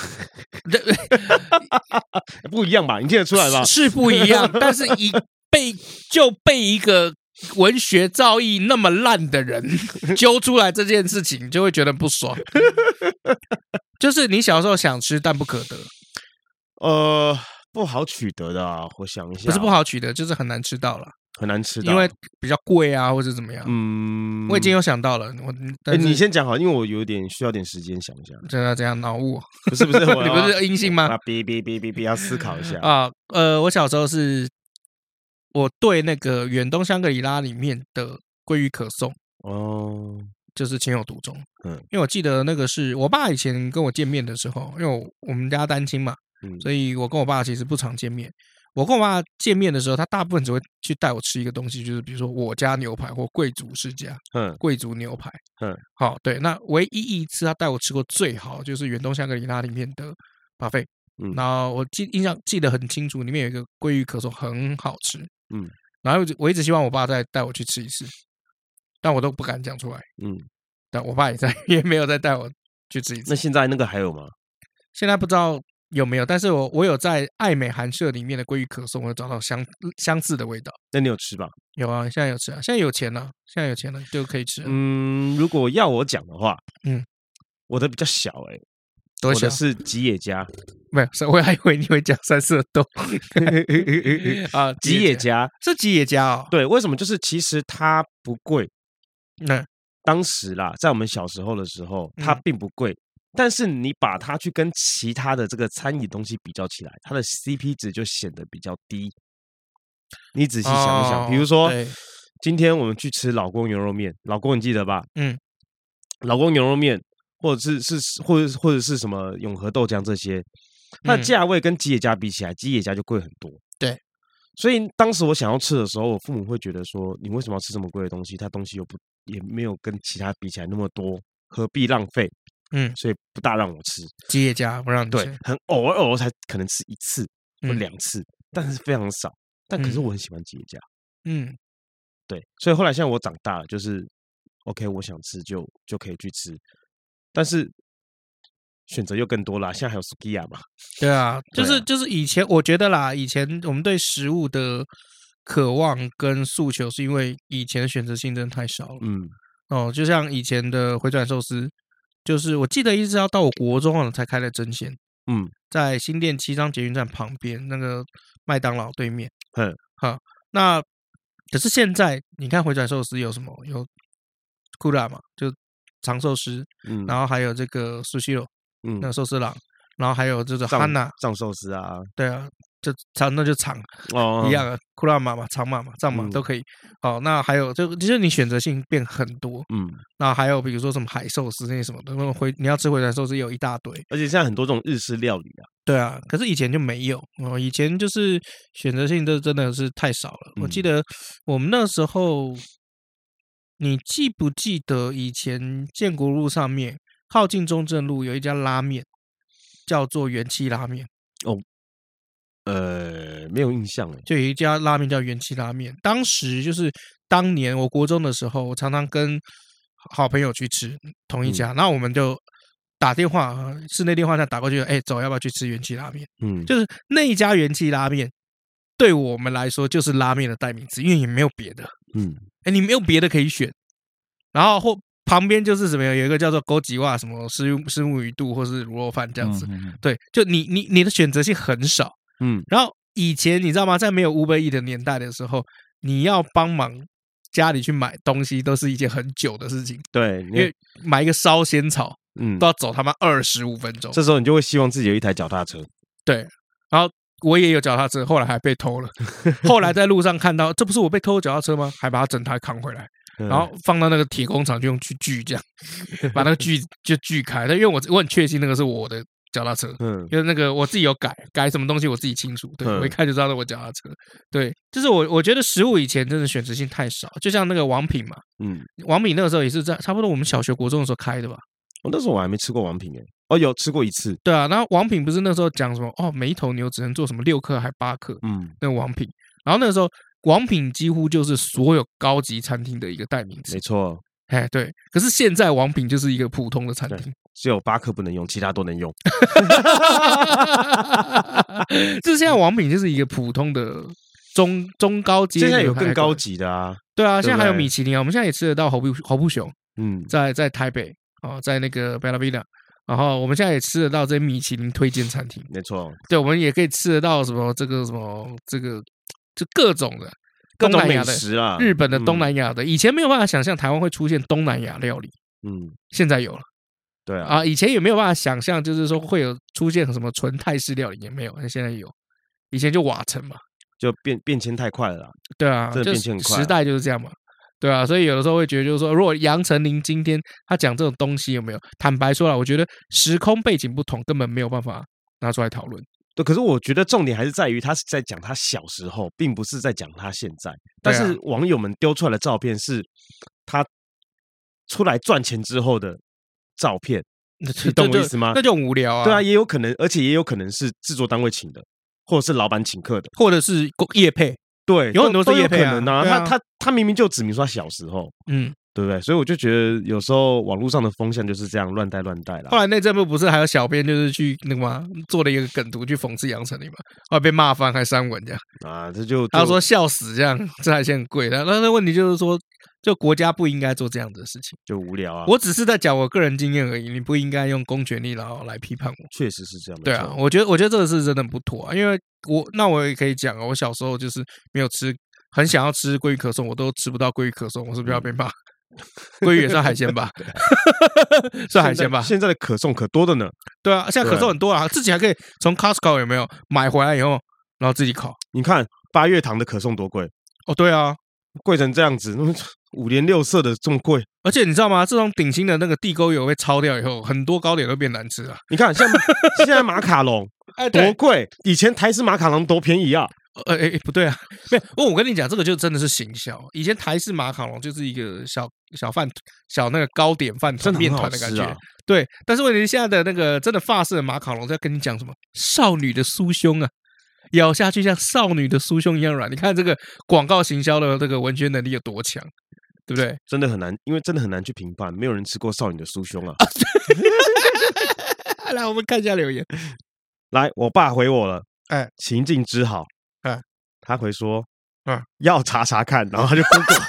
Speaker 3: 不一样吧？你听得出来吧？
Speaker 1: 是不一样，但是一被就被一个文学造诣那么烂的人揪出来这件事情，就会觉得不爽。就是你小时候想吃但不可得，
Speaker 3: 呃，不好取得的啊。我想一下，
Speaker 1: 不是不好取得，就是很难吃到了，
Speaker 3: 很难吃到，
Speaker 1: 因为比较贵啊，或者怎么样。
Speaker 3: 嗯，
Speaker 1: 我已经有想到了，我
Speaker 3: 哎，你先讲好，因为我有点需要点时间想一下。
Speaker 1: 这样这样脑雾？
Speaker 3: 不是不是，你
Speaker 1: 不是阴性吗？
Speaker 3: 啊，哔哔哔哔哔，要思考一下
Speaker 1: 啊。呃，我小时候是，我对那个远东香格里拉里面的鲑鱼可颂
Speaker 3: 哦。
Speaker 1: 就是情有独钟，
Speaker 3: 嗯，
Speaker 1: 因为我记得那个是我爸以前跟我见面的时候，因为我我们家单亲嘛，嗯，所以我跟我爸其实不常见面。我跟我爸见面的时候，他大部分只会去带我吃一个东西，就是比如说我家牛排或贵族世家，嗯，贵族牛排，嗯，好，对，那唯一一次他带我吃过最好就是远东香格里拉里面的 buffet，嗯，然后我记印象记得很清楚，里面有一个鲑鱼可颂很好吃，嗯，然后我一直希望我爸再带我去吃一次。但我都不敢讲出来，嗯，但我爸也在，也没有再带我去吃一次。
Speaker 3: 那现在那个还有吗？
Speaker 1: 现在不知道有没有，但是我我有在爱美韩舍里面的鲑鱼可颂，我有找到相相似的味道。
Speaker 3: 那你有吃吧？
Speaker 1: 有啊，现在有吃啊，现在有钱了，现在有钱了就可以吃了。
Speaker 3: 嗯，如果要我讲的话，嗯，我的比较小哎、欸，
Speaker 1: 多小？
Speaker 3: 我的是吉野家，
Speaker 1: 没有，我还以为你会讲三色豆
Speaker 3: 啊，吉野家
Speaker 1: 是吉野家哦。
Speaker 3: 对，为什么？就是其实它不贵。
Speaker 1: 那
Speaker 3: 当时啦，在我们小时候的时候，它并不贵，嗯、但是你把它去跟其他的这个餐饮东西比较起来，它的 C P 值就显得比较低。你仔细想一想，哦、比如说今天我们去吃老公牛肉面，老公你记得吧？嗯，老公牛肉面，或者是是或者或者是什么永和豆浆这些，它的价位跟吉野家比起来，吉野家就贵很多。
Speaker 1: 对。
Speaker 3: 所以当时我想要吃的时候，我父母会觉得说：“你为什么要吃这么贵的东西？它东西又不也没有跟其他比起来那么多，何必浪费？”嗯，所以不大让我吃。
Speaker 1: 吉野家不让你吃，
Speaker 3: 对，很偶尔偶尔才可能吃一次或两次，嗯、但是非常少。但可是我很喜欢吉野家。嗯，对，所以后来现在我长大了，就是 OK， 我想吃就就可以去吃，但是。选择又更多了，现在还有 Sukiya 嘛？
Speaker 1: 对啊，就是啊就是以前我觉得啦，以前我们对食物的渴望跟诉求，是因为以前的选择性真的太少了。嗯，哦，就像以前的回转寿司，就是我记得一直要到我国中了才开了争鲜。嗯，在新店七张捷运站旁边那个麦当劳对面。嗯，好，那可是现在你看回转寿司有什么？有库拉嘛，就长寿司，嗯，然后还有这个苏西肉。嗯，那个寿司郎，然后还有就是哈娜
Speaker 3: 藏寿司啊，
Speaker 1: 对啊，就长那就长哦一样啊，库拉玛嘛、长玛嘛、藏玛都可以。好，那还有就就是你选择性变很多，嗯，那还有比如说什么海寿司那些什么的，那回你要吃回转寿司有一大堆，
Speaker 3: 而且现在很多这种日式料理啊，
Speaker 1: 对啊，可是以前就没有哦，以前就是选择性都真的是太少了。嗯、我记得我们那时候，你记不记得以前建国路上面？靠近中正路有一家拉面，叫做元气拉面。
Speaker 3: 哦，呃，没有印象哎。
Speaker 1: 就有一家拉面叫元气拉面。当时就是当年我国中的时候，我常常跟好朋友去吃同一家，嗯、然后我们就打电话，室内电话站打过去，哎，走，要不要去吃元气拉面？嗯，就是那一家元气拉面，对我们来说就是拉面的代名词，因为也没有别的。嗯，哎，你没有别的可以选，然后或。旁边就是什么有一个叫做枸杞袜什么虱虱目鱼肚或是卤肉饭这样子，嗯嗯、对，就你你你的选择性很少，嗯，然后以前你知道吗，在没有 Uber Eats 的年代的时候，你要帮忙家里去买东西都是一件很久的事情，
Speaker 3: 对，
Speaker 1: 因为买一个烧仙草，嗯，都要走他妈二十五分钟，
Speaker 3: 这时候你就会希望自己有一台脚踏车，
Speaker 1: 对，然后我也有脚踏车，后来还被偷了，后来在路上看到，这不是我被偷的脚踏车吗？还把它整台扛回来。然后放到那个铁工厂，就用去锯这样，把那个锯就锯开。但因为我我很确信那个是我的脚踏车，嗯，因为那个我自己有改改什么东西，我自己清楚。对、嗯、我一看就知道是我脚踏车。对，就是我我觉得食物以前真的选择性太少，就像那个王品嘛，嗯，王品那个时候也是在差不多我们小学国中的时候开的吧。
Speaker 3: 哦，那时候我还没吃过王品哎，哦，有吃过一次。
Speaker 1: 对啊，然后王品不是那时候讲什么哦，每一头牛只能做什么六克还八克，嗯，那个王品。然后那个时候王品几乎就是所有高级餐厅的一个代名词。
Speaker 3: 没错，
Speaker 1: 哎对。可是现在王品就是一个普通的餐厅，
Speaker 3: 只有八克不能用，其他都能用。
Speaker 1: 就是现在王品就是一个普通的。中中高阶，
Speaker 3: 现在有更高级的啊，
Speaker 1: 对啊，现在还有米其林啊，我们现在也吃得到侯布侯布熊，
Speaker 3: 嗯，
Speaker 1: 在在台北哦，在那个 Bella Villa， 然后我们现在也吃得到这些米其林推荐餐厅，
Speaker 3: 没错，
Speaker 1: 对，我们也可以吃得到什么这个什么这个就各种的
Speaker 3: 东南亚的美食啊，
Speaker 1: 日本的东南亚的，以前没有办法想象台湾会出现东南亚料理，嗯，现在有了，
Speaker 3: 对啊，
Speaker 1: 啊，以前也没有办法想象，就是说会有出现什么纯泰式料理，也没有，但现在有，以前就瓦城嘛。
Speaker 3: 就变变迁太快了啦，
Speaker 1: 对啊，
Speaker 3: 真的变迁很快，
Speaker 1: 时代就是这样嘛，对啊，所以有的时候会觉得，就是说，如果杨丞琳今天他讲这种东西有没有？坦白说了，我觉得时空背景不同，根本没有办法拿出来讨论。
Speaker 3: 对，可是我觉得重点还是在于他是在讲他小时候，并不是在讲他现在。但是网友们丢出来的照片是他出来赚钱之后的照片，你懂我意思吗？
Speaker 1: 那就很无聊啊。
Speaker 3: 对啊，也有可能，而且也有可能是制作单位请的。或者是老板请客的，
Speaker 1: 或者是业配，
Speaker 3: 对，
Speaker 1: 有很多是业配
Speaker 3: 啊。啊他他他明明就指明说他小时候，嗯，对不对？所以我就觉得有时候网络上的风向就是这样乱带乱带啦。
Speaker 1: 后来内政部不是还有小编就是去那个吗？做了一个梗图去讽刺杨丞琳嘛，后来被骂翻还删文这样
Speaker 3: 啊，这就
Speaker 1: 他说笑死这样，这海鲜很贵的。那那问题就是说，就国家不应该做这样的事情，
Speaker 3: 就无聊啊。
Speaker 1: 我只是在讲我个人经验而已，你不应该用公权力然后来批判我。
Speaker 3: 确实是这样，
Speaker 1: 对啊，我觉得我觉得这个是真的不妥啊，因为我那我也可以讲啊，我小时候就是没有吃，很想要吃鲑鱼可颂，我都吃不到鲑鱼可颂，我是不是要被骂？鲑鱼也算海鲜吧，算海鲜吧。
Speaker 3: 现在的可颂可多的呢。
Speaker 1: 对啊，现在可颂很多啊，自己还可以从 Costco 有没有买回来以后，然后自己烤。
Speaker 3: 你看八月堂的可颂多贵
Speaker 1: 哦，对啊，
Speaker 3: 贵成这样子，五颜六色的这么贵。
Speaker 1: 而且你知道吗？这种顶新的那个地沟油被焯掉以后，很多糕点都变难吃了。
Speaker 3: 你看，像现在马卡龙多贵，以前台式马卡龙多便宜啊。
Speaker 1: 呃，哎，不对啊，没有，我跟你讲，这个就真的是行销。以前台式马卡龙就是一个小小饭小那个糕点饭团面团的感觉，对。但是问题是现在的那个真的法式的马卡龙在跟你讲什么少女的酥胸啊，咬下去像少女的酥胸一样软。你看这个广告行销的这个文学能力有多强，对不对？
Speaker 3: 真的很难，因为真的很难去评判，没有人吃过少女的酥胸啊。
Speaker 1: 来，我们看一下留言。
Speaker 3: 来，我爸回我了，哎，情境之好。嗯，他回说，嗯，要查查看，然后他就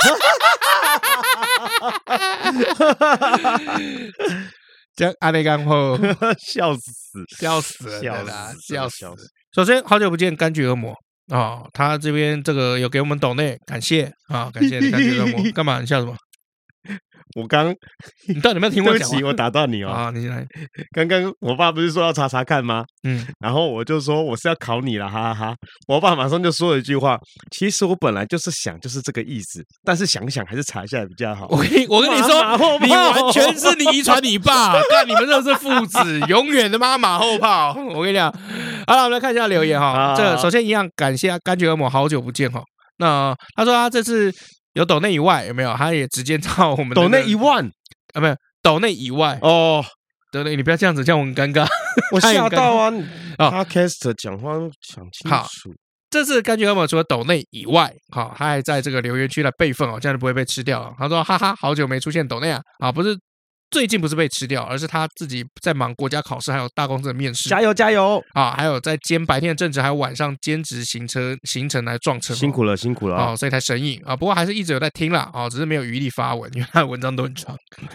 Speaker 3: Google，
Speaker 1: 这阿内干后
Speaker 3: 笑死，
Speaker 1: 笑死了，
Speaker 3: 笑死，
Speaker 1: 笑死。首先，好久不见，柑橘恶魔啊、哦，他这边这个有给我们抖内，感谢啊、哦，感谢柑橘恶魔。干嘛？你笑什么？
Speaker 3: 我刚，
Speaker 1: 你到底有没有听我讲？
Speaker 3: 对不起，我打断你哦。
Speaker 1: 啊，你来。
Speaker 3: 刚刚我爸不是说要查查看吗？嗯，然后我就说我是要考你了，哈哈哈。我爸马上就说了一句话：其实我本来就是想就是这个意思，但是想想还是查一下比较好。
Speaker 1: 我跟你我跟你说，你完全是你遗传你爸，看你们真的是父子，永远的妈马后炮。我跟你讲，好了，我们来看一下留言哈。这首先一样，感谢柑橘恶魔，好久不见哈。那他说他这次。有抖内以外有没有？他也直接到我们
Speaker 3: 抖内一万
Speaker 1: 啊，没有抖内以外
Speaker 3: 哦。
Speaker 1: 抖内，你不要这样子，这样我很尴尬。
Speaker 3: 我吓到啊！他 cast 讲话讲清楚。
Speaker 1: 这次柑橘恶魔除了抖内以外，好，他还在这个留言区来备份哦，这样就不会被吃掉了。他说：“哈哈，好久没出现抖内啊！啊，不是。”最近不是被吃掉，而是他自己在忙国家考试，还有大公司的面试。
Speaker 3: 加油加油
Speaker 1: 啊！还有在兼白天的正职，还有晚上兼职行车行程来撞车，
Speaker 3: 辛苦了辛苦了啊！
Speaker 1: 所以才神隐啊。不过还是一直有在听啦啊，只是没有余力发文，因为他的文章都很长。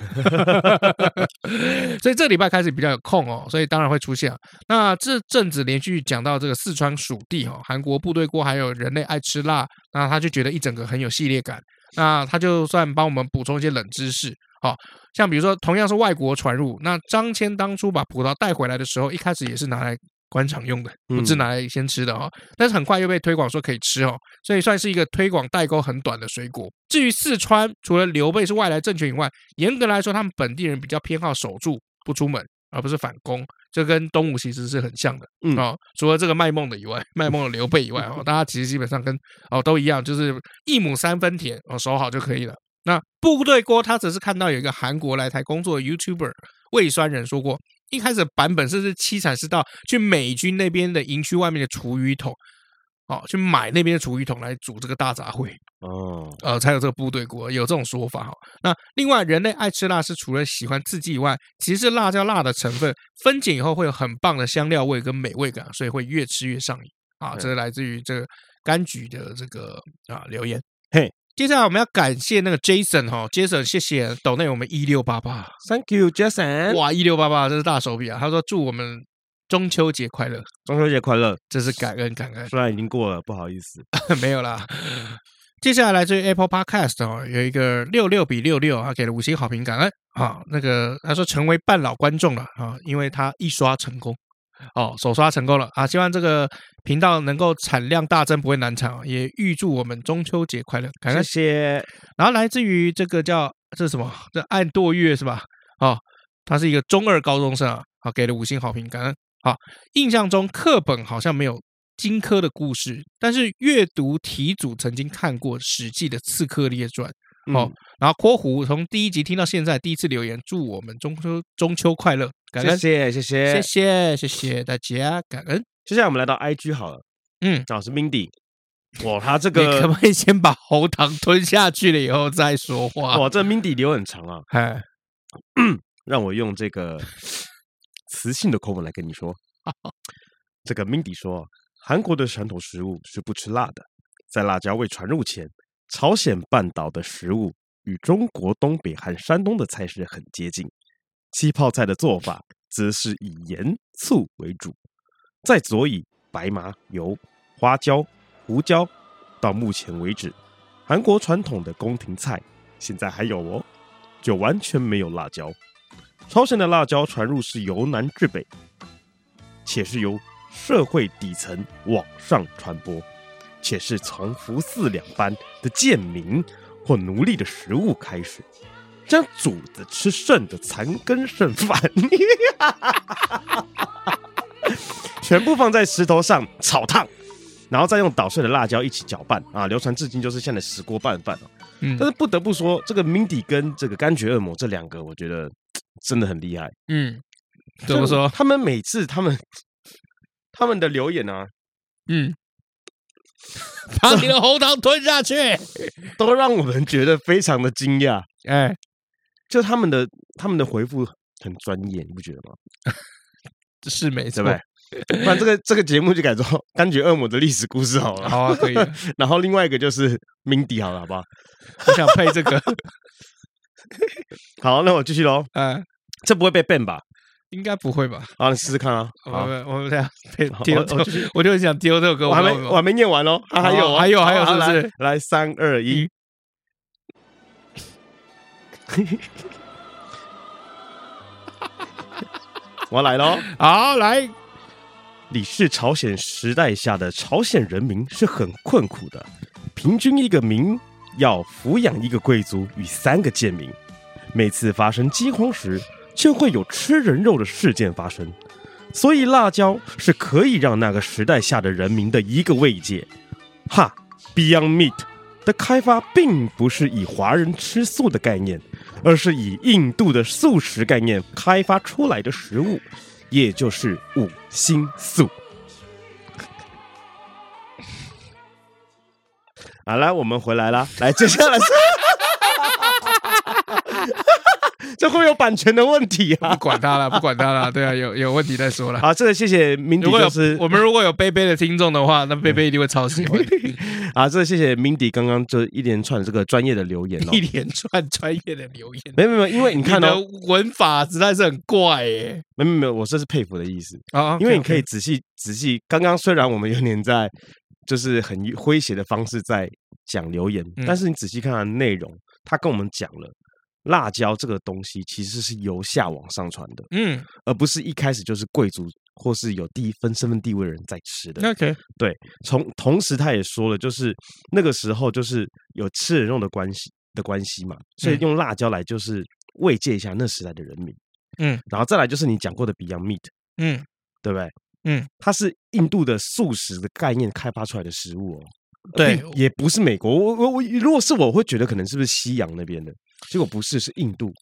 Speaker 1: 所以这个礼拜开始比较有空哦，所以当然会出现。那这阵子连续讲到这个四川蜀地哈，韩国部队锅，还有人类爱吃辣，那他就觉得一整个很有系列感。那他就算帮我们补充一些冷知识。好、哦，像比如说同样是外国传入，那张骞当初把葡萄带回来的时候，一开始也是拿来官场用的，不是拿来先吃的哦。但是很快又被推广说可以吃哦，所以算是一个推广代沟很短的水果。至于四川，除了刘备是外来政权以外，严格来说，他们本地人比较偏好守住不出门，而不是反攻。这跟东吴其实是很像的，嗯哦，除了这个卖梦的以外，卖梦的刘备以外哦，大家其实基本上跟哦都一样，就是一亩三分田哦，守好就可以了。那部队锅他只是看到有一个韩国来台工作的 YouTuber 胃酸人说过，一开始的版本甚至凄惨是到去美军那边的营区外面的厨余桶。哦，去买那边的厨余桶来煮这个大杂烩哦，呃，才有这个部队锅，有这种说法哈。那另外，人类爱吃辣是除了喜欢刺激以外，其实是辣椒辣的成分分解以后会有很棒的香料味跟美味感，所以会越吃越上瘾啊。这是来自于这个柑橘的这个啊留言。嘿，接下来我们要感谢那个 Jason 哈 ，Jason 谢谢抖内我们一六八八
Speaker 3: ，Thank you Jason，
Speaker 1: 哇一六八八这是大手笔啊！他说祝我们。中秋节快乐！
Speaker 3: 中秋节快乐！
Speaker 1: 这是感恩感恩，
Speaker 3: 虽然已经过了，不好意思，
Speaker 1: 没有啦。接下来来自于 Apple Podcast 哦，有一个六六比六六，他给了五星好评，感恩啊。那个他说成为半老观众了啊，因为他一刷成功哦，首刷成功了啊。希望这个频道能够产量大增，不会难产啊。也预祝我们中秋节快乐，感恩。
Speaker 3: 谢谢。
Speaker 1: 然后来自于这个叫这是什么？这按堕月是吧？哦，他是一个中二高中生啊，好给了五星好评，感恩。好，印象中课本好像没有荆轲的故事，但是阅读题组曾经看过《史记》的《刺客列传》。哦，嗯、然后括弧从第一集听到现在，第一次留言，祝我们中秋中秋快乐，感恩，
Speaker 3: 谢谢谢谢
Speaker 1: 谢谢谢谢大家，感恩。
Speaker 3: 接下来我们来到 I G 好了，嗯，哦是 Mindy， 哇，他这个
Speaker 1: 你可不可以先把喉糖吞下去了以后再说话？
Speaker 3: 哇，这 Mindy 留很长啊，哎，让我用这个。磁性的口吻来跟你说，这个 Mindy 说，韩国的传统食物是不吃辣的。在辣椒未传入前，朝鲜半岛的食物与中国东北和山东的菜式很接近。气泡菜的做法则是以盐、醋为主，再佐以白麻油、花椒、胡椒。到目前为止，韩国传统的宫廷菜现在还有哦，就完全没有辣椒。朝鲜的辣椒传入是由南至北，且是由社会底层往上传播，且是从服饲两班的贱民或奴隶的食物开始，将主子吃剩的残羹剩饭全部放在石头上炒烫，然后再用捣碎的辣椒一起搅拌啊，流传至今就是现在的石锅拌饭、啊嗯、但是不得不说，这个 Mindy 跟这个柑橘恶魔这两个，我觉得真的很厉害。嗯，
Speaker 1: 怎么说？
Speaker 3: 他们每次他们他们的留言啊，嗯，
Speaker 1: 把你的喉糖吞下去，
Speaker 3: 都让我们觉得非常的惊讶。哎，就他们的他们的回复很专业，你不觉得吗？
Speaker 1: 是没错，
Speaker 3: 对不对？不然这个这个节目就改做《柑橘恶魔的历史故事》好了。
Speaker 1: 好啊，可以。
Speaker 3: 然后另外一个就是 Mindy 好了，好不好？
Speaker 1: 我想配这个。
Speaker 3: 好，那我继续喽。嗯，这不会被 ban 吧？
Speaker 1: 应该不会吧？
Speaker 3: 好，你试试看啊。
Speaker 1: 我们我们这样丢，我就想丢这首歌。
Speaker 3: 我还没我还没念完哦。啊，还有
Speaker 1: 还有还有，是不是？
Speaker 3: 来，三二一。我来喽。
Speaker 1: 好，来。
Speaker 3: 李氏朝鲜时代下的朝鲜人民是很困苦的，平均一个民要抚养一个贵族与三个贱民。每次发生饥荒时，就会有吃人肉的事件发生，所以辣椒是可以让那个时代下的人民的一个慰藉。哈 ，Beyond Meat 的开发并不是以华人吃素的概念，而是以印度的素食概念开发出来的食物，也就是五星素。好了，我们回来了，来，接下来是。这会不会有版权的问题啊？
Speaker 1: 不管他了，不管他了。对啊，有有问题再说了。
Speaker 3: 好，这个谢谢Mindy，就是
Speaker 1: 我们如果有贝贝的听众的话，那贝贝一定会超喜欢。
Speaker 3: 啊，这个谢谢Mindy刚刚就一连串这个专业的留言哦，
Speaker 1: 一连串专业的留言。
Speaker 3: 没有没有，因为你看哦，
Speaker 1: 文法实在是很怪耶。
Speaker 3: 没有没有，我这是佩服的意思啊，因为你可以仔细仔细。刚刚虽然我们有点在就是很诙谐的方式在讲留言，嗯、但是你仔细看它的内容，他跟我们讲了。辣椒这个东西其实是由下往上传的，嗯，而不是一开始就是贵族或是有地分身份地位的人在吃的。
Speaker 1: OK，
Speaker 3: 对，从同时他也说了，就是那个时候就是有吃人肉的关系的关系嘛，所以用辣椒来就是慰藉一下那时代的人民，嗯，然后再来就是你讲过的 Beyond Meat， 嗯，对不对？嗯，它是印度的素食的概念开发出来的食物哦，
Speaker 1: 对，
Speaker 3: 也不是美国。我我我，如果是我会觉得可能是不是西洋那边的。结果不是，是印度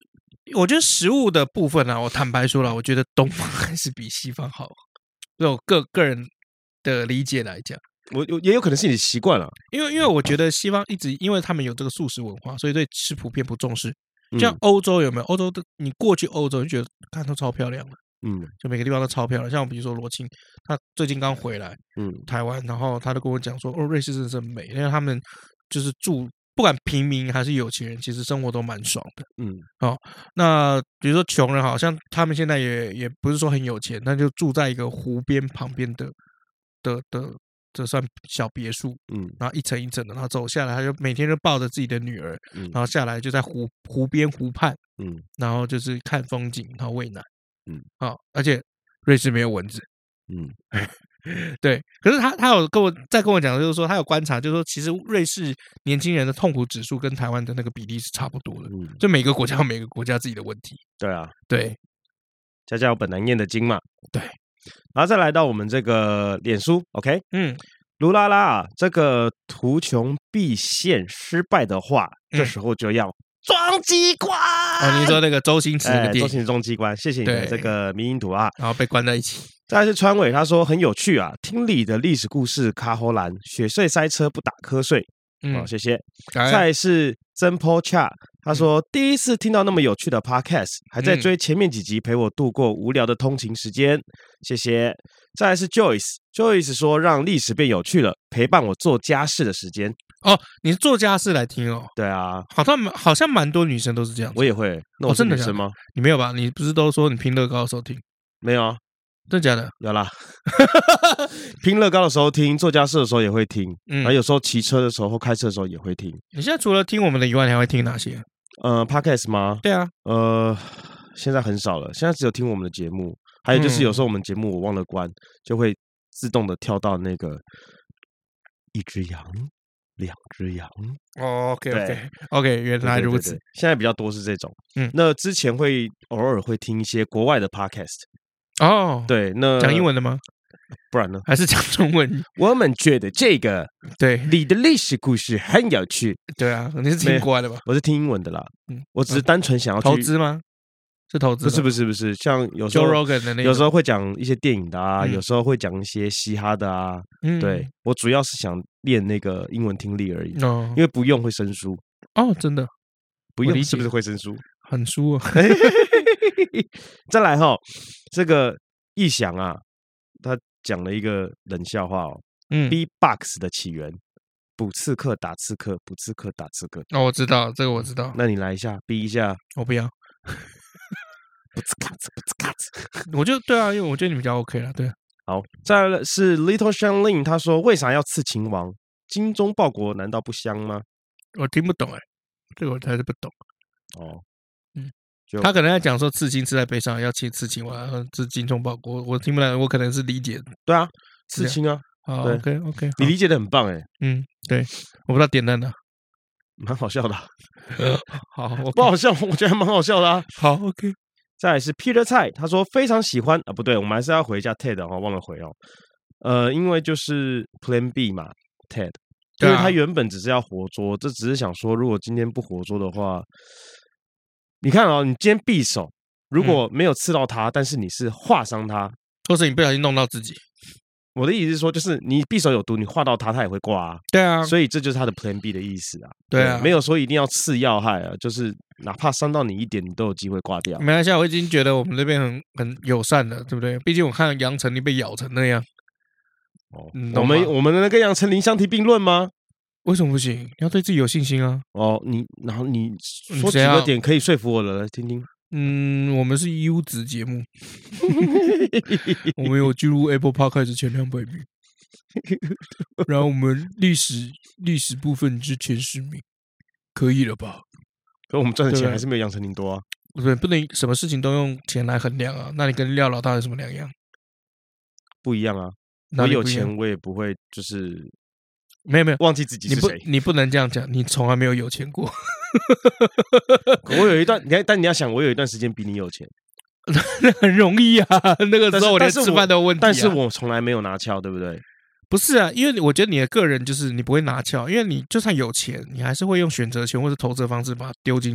Speaker 1: 我觉得食物的部分啊，我坦白说了，我觉得东方还是比西方好。就我个个人的理解来讲，
Speaker 3: 我也有可能是你习惯了，
Speaker 1: 因为因为我觉得西方一直因为他们有这个素食文化，所以对吃普遍不重视。像欧洲有没有？欧洲的你过去欧洲，你觉得看都超漂亮的，嗯，就每个地方都超漂亮。像比如说罗青，他最近刚回来，嗯，台湾，然后他就跟我讲说，哦，瑞士真的是很美，因为他们就是住不管平民还是有钱人，其实生活都蛮爽的，嗯，哦，那比如说穷人，好像他们现在也也不是说很有钱，但就住在一个湖边旁边的的的。这算小别墅，嗯，然后一层一层的，然后走下来，他就每天就抱着自己的女儿，嗯，然后下来就在湖湖边湖畔，嗯，然后就是看风景，然后喂奶，嗯，好，而且瑞士没有蚊子，嗯，对，可是他他有跟我再跟我讲，就是说他有观察，就是说其实瑞士年轻人的痛苦指数跟台湾的那个比例是差不多的，嗯，就每个国家有每个国家自己的问题，
Speaker 3: 对啊，
Speaker 1: 对，
Speaker 3: 家家有本难念的经嘛，
Speaker 1: 对。
Speaker 3: 然后再来到我们这个脸书 ，OK， 嗯，卢拉拉啊，这个图穷匕现失败的话，嗯、这时候就要装机关。
Speaker 1: 哦，你说那个周星驰那个电影，
Speaker 3: 周星驰装机关，谢谢你的这个迷因图啊。
Speaker 1: 然后被关在一起。
Speaker 3: 再来是川伟，他说很有趣啊，听你的历史故事，卡荷兰雪隧塞车不打瞌睡。嗯，好，谢谢。再来是曾 po cha， 他说、嗯、第一次听到那么有趣的 podcast， 还在追前面几集陪我度过无聊的通勤时间，谢谢。再来是 Joyce，Joyce 说让历史变有趣了，陪伴我做家事的时间。
Speaker 1: 哦，你是做家事来听哦？
Speaker 3: 对啊，
Speaker 1: 好像好像蛮多女生都是这样子。
Speaker 3: 我也会。那我是女生吗？
Speaker 1: 哦、你没有吧？你不是都说你拼乐高的时候听？
Speaker 3: 没有啊。
Speaker 1: 真的假的？
Speaker 3: 有啦，拼乐高的时候听，做家事的时候也会听，嗯，然后有时候骑车的时候或开车的时候也会听。
Speaker 1: 你现在除了听我们的以外，你还会听哪些？
Speaker 3: 呃 ，Podcast 吗？
Speaker 1: 对啊，
Speaker 3: 呃，现在很少了，现在只有听我们的节目，还有就是有时候我们节目我忘了关，就会自动的跳到那个一只羊，两只羊。
Speaker 1: 哦 ，OK OK OK， 原来如此。
Speaker 3: 对对对对，现在比较多是这种，嗯，那之前会偶尔会听一些国外的 Podcast。
Speaker 1: 哦，
Speaker 3: 对，那
Speaker 1: 讲英文的吗？
Speaker 3: 不然呢？
Speaker 1: 还是讲中文？
Speaker 3: 我们觉得这个
Speaker 1: 对
Speaker 3: 你的历史故事很有趣。
Speaker 1: 对啊，你是听国外的吧？
Speaker 3: 我是听英文的啦。嗯，我只是单纯想要去
Speaker 1: 投资吗？是投资？
Speaker 3: 不是不是不是，像有时候
Speaker 1: Joe Rogan 的那
Speaker 3: 有时候会讲一些电影的啊，嗯、有时候会讲一些嘻哈的啊。嗯，对我主要是想练那个英文听力而已。哦，因为不用会生疏。
Speaker 1: 哦，真的
Speaker 3: 不用是不是会生疏？
Speaker 1: 很疏啊。
Speaker 3: 再来哈，这个逸翔啊，他讲了一个冷笑话哦。嗯 ，B-box 的起源，补刺客打刺客，补刺客打刺客。
Speaker 1: 哦，我知道这个，我知道。
Speaker 3: 那你来一下，逼一下。
Speaker 1: 我不要。
Speaker 3: 不呲咔呲，不呲咔呲。
Speaker 1: 我觉得对啊，因为我觉得你们家 OK 了，对。
Speaker 3: 好，再来是 Little Shanlin， 他说为啥要刺秦王？精忠报国难道不香吗？
Speaker 1: 我听不懂哎、欸，这个我还是不懂。
Speaker 3: 哦，
Speaker 1: 嗯，他可能在讲说刺青刺在背上要刺刺青王，这精忠报国，我听不来，我可能是理解。
Speaker 3: 对啊，刺青啊。
Speaker 1: 好 ，OK OK，
Speaker 3: 你理解的很棒哎、欸。
Speaker 1: 嗯，对，我不知道点在哪，
Speaker 3: 蛮好笑的、啊。
Speaker 1: 好，
Speaker 3: 不好笑，我觉得还蛮好笑的啊。
Speaker 1: 好 ，OK。
Speaker 3: 再来是 Peter 蔡，他说非常喜欢啊，不对，我们还是要回一下 Ted 哦，忘了回哦。呃，因为就是 Plan B 嘛 ，Ted， 因为他原本只是要活捉，这只是想说，如果今天不活捉的话，你看哦，你今天匕首如果没有刺到他，嗯、但是你是划伤他，
Speaker 1: 或是你不小心弄到自己。
Speaker 3: 我的意思是说，就是你匕首有毒，你划到他，他也会挂啊。
Speaker 1: 对啊，
Speaker 3: 所以这就是他的 Plan B 的意思啊。
Speaker 1: 对啊，
Speaker 3: 没有说一定要刺要害啊，就是哪怕伤到你一点，你都有机会挂掉。
Speaker 1: 没关系，我已经觉得我们这边很很友善了，对不对？毕竟我看杨丞琳被咬成那样。
Speaker 3: 哦，我们我们能跟杨丞琳相提并论吗？
Speaker 1: 为什么不行？你要对自己有信心啊！
Speaker 3: 哦，你然后你说几个点可以说服我的，来听听。
Speaker 1: 嗯，我们是优质节目，我们有进入 Apple Podcast 前两百名，然后我们历史历史部分是前十名，可以了吧？
Speaker 3: 可我们赚的钱还是没有杨丞琳多啊！
Speaker 1: 不对，不能什么事情都用钱来衡量啊！那你跟廖老大有什么两样？
Speaker 3: 不一样啊！我有钱，我也不会就是
Speaker 1: 没有没有
Speaker 3: 忘记自己是谁。
Speaker 1: 你不能这样讲，你从来没有有钱过。
Speaker 3: 我有一段，你看，但你要想，我有一段时间比你有钱，
Speaker 1: 那很容易啊。那个时候我连吃饭都有问题、啊，
Speaker 3: 但是我从来没有拿翘，对不对？
Speaker 1: 不是啊，因为我觉得你的个人就是你不会拿翘，因为你就算有钱，你还是会用选择权或者投资的方式把它丢进去。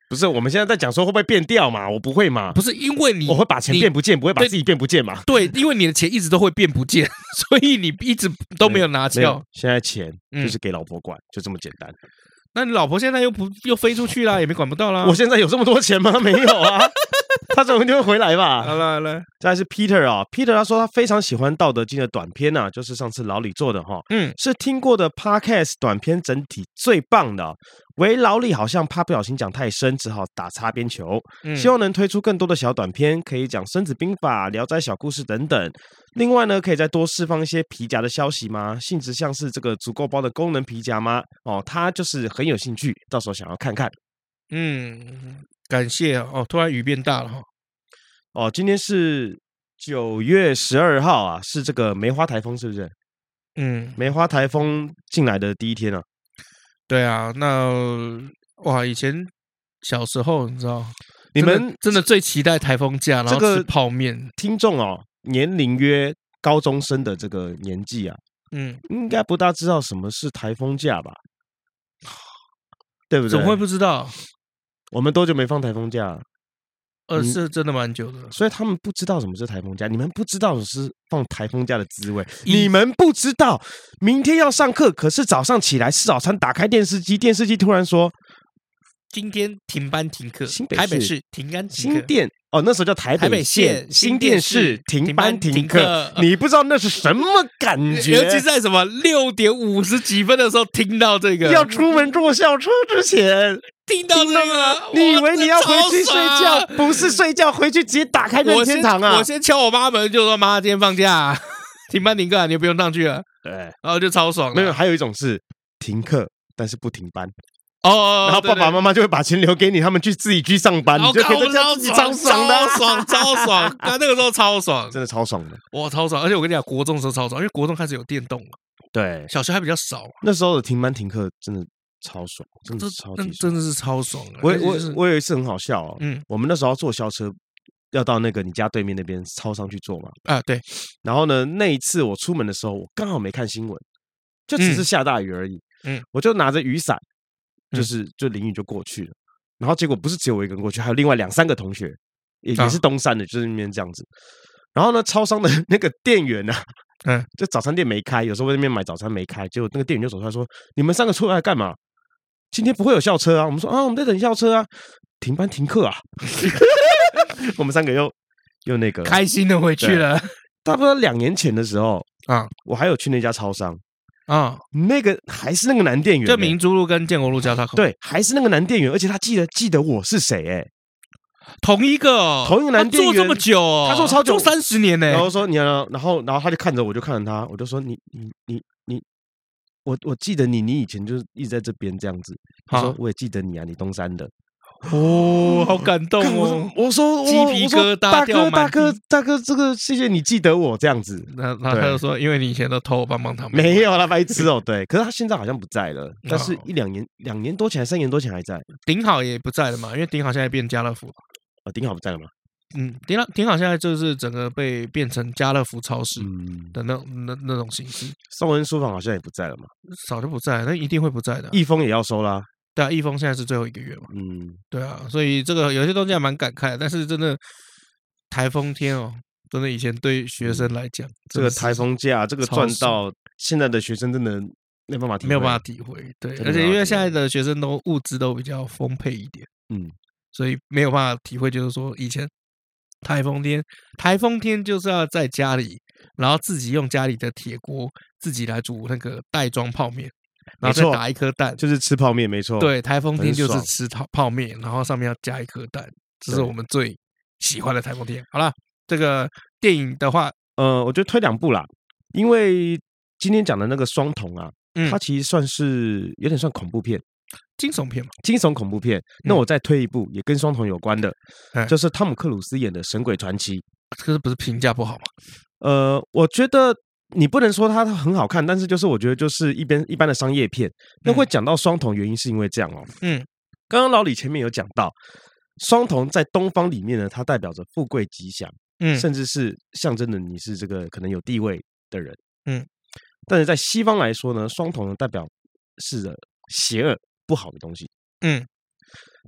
Speaker 3: 不是，我们现在在讲说会不会变掉嘛？我不会嘛？
Speaker 1: 不是因为你，
Speaker 3: 我会把钱变不见，不会把自己变不见嘛？
Speaker 1: 对，因为你的钱一直都会变不见，所以你一直都没有拿翘。
Speaker 3: 现在钱就是给老婆管，嗯、就这么简单。
Speaker 1: 那你老婆现在又不又飞出去啦，也没管不到啦。
Speaker 3: 我现在有这么多钱吗？没有啊，他总有一天会回来吧。
Speaker 1: 好了好了，
Speaker 3: 再来是 Peter 啊 ，Peter 他说他非常喜欢《道德经》的短篇啊，就是上次老李做的哈，嗯，是听过的 Podcast 短篇整体最棒的。唯老李好像怕不小心讲太深，只好打擦边球。嗯、希望能推出更多的小短篇，可以讲《孙子兵法》、《聊斋小故事》等等。另外呢，可以再多释放一些皮夹的消息吗？性质像是这个足够包的功能皮夹吗？哦，他就是很有兴趣，到时候想要看看。
Speaker 1: 嗯，感谢哦。突然雨变大了哈。
Speaker 3: 哦，今天是九月十二号啊，是这个梅花台风是不是？嗯，梅花台风进来的第一天啊。
Speaker 1: 对啊，那哇，以前小时候你知道，
Speaker 3: 你们
Speaker 1: 真的最期待台风假，然后吃泡面。
Speaker 3: 听众哦，年龄约高中生的这个年纪啊，嗯，应该不大知道什么是台风假吧？对不对？
Speaker 1: 怎么会不知道？
Speaker 3: 我们多久没放台风假？
Speaker 1: 呃，是真的蛮久的，
Speaker 3: 所以他们不知道什么是台风假，你们不知道是放台风假的滋味，你们不知道明天要上课，可是早上起来吃早餐，打开电视机，电视机突然说
Speaker 1: 今天停班停课，台北市停班停课，
Speaker 3: 新店哦，那时候叫台北县新店市停班停课，你不知道那是什么感觉，
Speaker 1: 尤其在什么六点五十几分的时候听到这个，
Speaker 3: 要出门坐校车之前。
Speaker 1: 听到这个，
Speaker 3: 你以为你要回去睡觉？不是睡觉，回去直接打开任天堂啊！
Speaker 1: 我先敲我妈门，就说妈，今天放假，停班停课，你不用上去了。对，然后就超爽。
Speaker 3: 没有，还有一种是停课，但是不停班。
Speaker 1: 哦，
Speaker 3: 然后爸爸妈妈就会把钱留给你，他们去自己去上班，你就可以在家自己超爽的，
Speaker 1: 超爽，超爽！那那个时候超爽，
Speaker 3: 真的超爽的，
Speaker 1: 哇，超爽！而且我跟你讲，国中的时候超爽，因为国中开始有电动了。
Speaker 3: 对，
Speaker 1: 小学还比较少。
Speaker 3: 那时候的停班停课真的。超爽，真的超级爽，
Speaker 1: 真的是超爽。
Speaker 3: 我我我有一次很好笑哦，嗯，我们那时候坐校车要到那个你家对面那边超商去坐嘛，
Speaker 1: 啊对，
Speaker 3: 然后呢那一次我出门的时候，我刚好没看新闻，就只是下大雨而已，嗯，我就拿着雨伞，就是就淋雨就过去了，然后结果不是只有我一个人过去，还有另外两三个同学也也是东山的，就是那边这样子，然后呢超商的那个店员啊。嗯，就早餐店没开，有时候在那边买早餐没开，结果那个店员就走出来说：“你们三个出来干嘛？今天不会有校车啊！”我们说：“啊，我们在等校车啊，停班停课啊。”我们三个又又那个
Speaker 1: 开心的回去了。
Speaker 3: 差不多两年前的时候啊，我还有去那家超商啊，那个还是那个男店员，
Speaker 1: 就民族路跟建国路交叉口，
Speaker 3: 对，还是那个男店员，而且他记得记得我是谁，哎。
Speaker 1: 同一个，
Speaker 3: 同一个男店员
Speaker 1: 做这么久、哦，
Speaker 3: 他做超久，
Speaker 1: 做三十年呢、欸。
Speaker 3: 然后说你，然后然后他就看着我，就看着他，我就说你你你你，我我记得你，你以前就是一直在这边这样子。他说我也记得你啊，你东山的。
Speaker 1: 哦，好感动哦！
Speaker 3: 我说
Speaker 1: 鸡皮疙瘩，
Speaker 3: 大哥大哥大哥，这个谢谢你记得我这样子。
Speaker 1: 那那他就说，因为你以前都偷我棒棒糖。
Speaker 3: 没有啦，白痴哦。对，可是他现在好像不在了，但是一两年两年多前、三年多前还在。
Speaker 1: 顶好也不在了嘛，因为顶好现在变家乐福了。
Speaker 3: 啊，顶好不在了吗？
Speaker 1: 嗯，顶好顶好现在就是整个被变成家乐福超市的那那那种形式。
Speaker 3: 宋恩书房好像也不在了嘛，
Speaker 1: 早就不在了，那一定会不在的。
Speaker 3: 益丰也要收啦。
Speaker 1: 对啊，益丰现在是最后一个月嘛。嗯，对啊，所以这个有些东西还蛮感慨的，但是真的台风天哦，真的以前对学生来讲，
Speaker 3: 这个台风假这个赚到现在的学生真的没办法体会，
Speaker 1: 没有办法体会。对，而且因为现在的学生都物资都比较丰沛一点，嗯，所以没有办法体会，就是说以前台风天，台风天就是要在家里，然后自己用家里的铁锅自己来煮那个袋装泡面。然后再打一颗蛋，
Speaker 3: 就是吃泡面，没错。
Speaker 1: 对，台风天就是吃泡泡面，然后上面要加一颗蛋，这是我们最喜欢的台风天。好了，这个电影的话，
Speaker 3: 呃，我觉得推两部啦，因为今天讲的那个双瞳啊，嗯、它其实算是有点算恐怖片、
Speaker 1: 惊悚片嘛，
Speaker 3: 惊悚恐怖片。那我再推一部也跟双瞳有关的，嗯、就是汤姆克鲁斯演的《神鬼传奇》。
Speaker 1: 可是不是评价不好吗？
Speaker 3: 呃，我觉得。你不能说它很好看，但是就是我觉得就是一边一般的商业片。那会讲到双瞳，原因是因为这样哦。嗯，刚刚老李前面有讲到，双瞳在东方里面呢，它代表着富贵吉祥，嗯，甚至是象征着你是这个可能有地位的人，嗯。但是在西方来说呢，双瞳呢代表是邪恶不好的东西，嗯。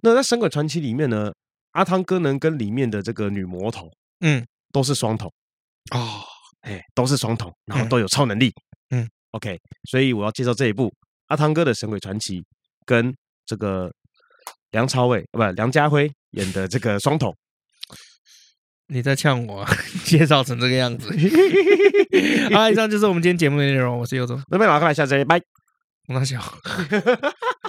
Speaker 3: 那在《神鬼传奇》里面呢，阿汤哥能跟里面的这个女魔头，嗯，都是双瞳哦，哎，都是双瞳，然后都有超能力，嗯 ，OK， 所以我要介绍这一部阿汤哥的《神鬼传奇》跟这个梁朝伟不梁家辉演的这个双瞳。
Speaker 1: 你在呛我、啊，介绍成这个样子。好，以上就是我们今天节目的内容。我是尤总，
Speaker 3: 那边老看来下次拜。
Speaker 1: 我那小。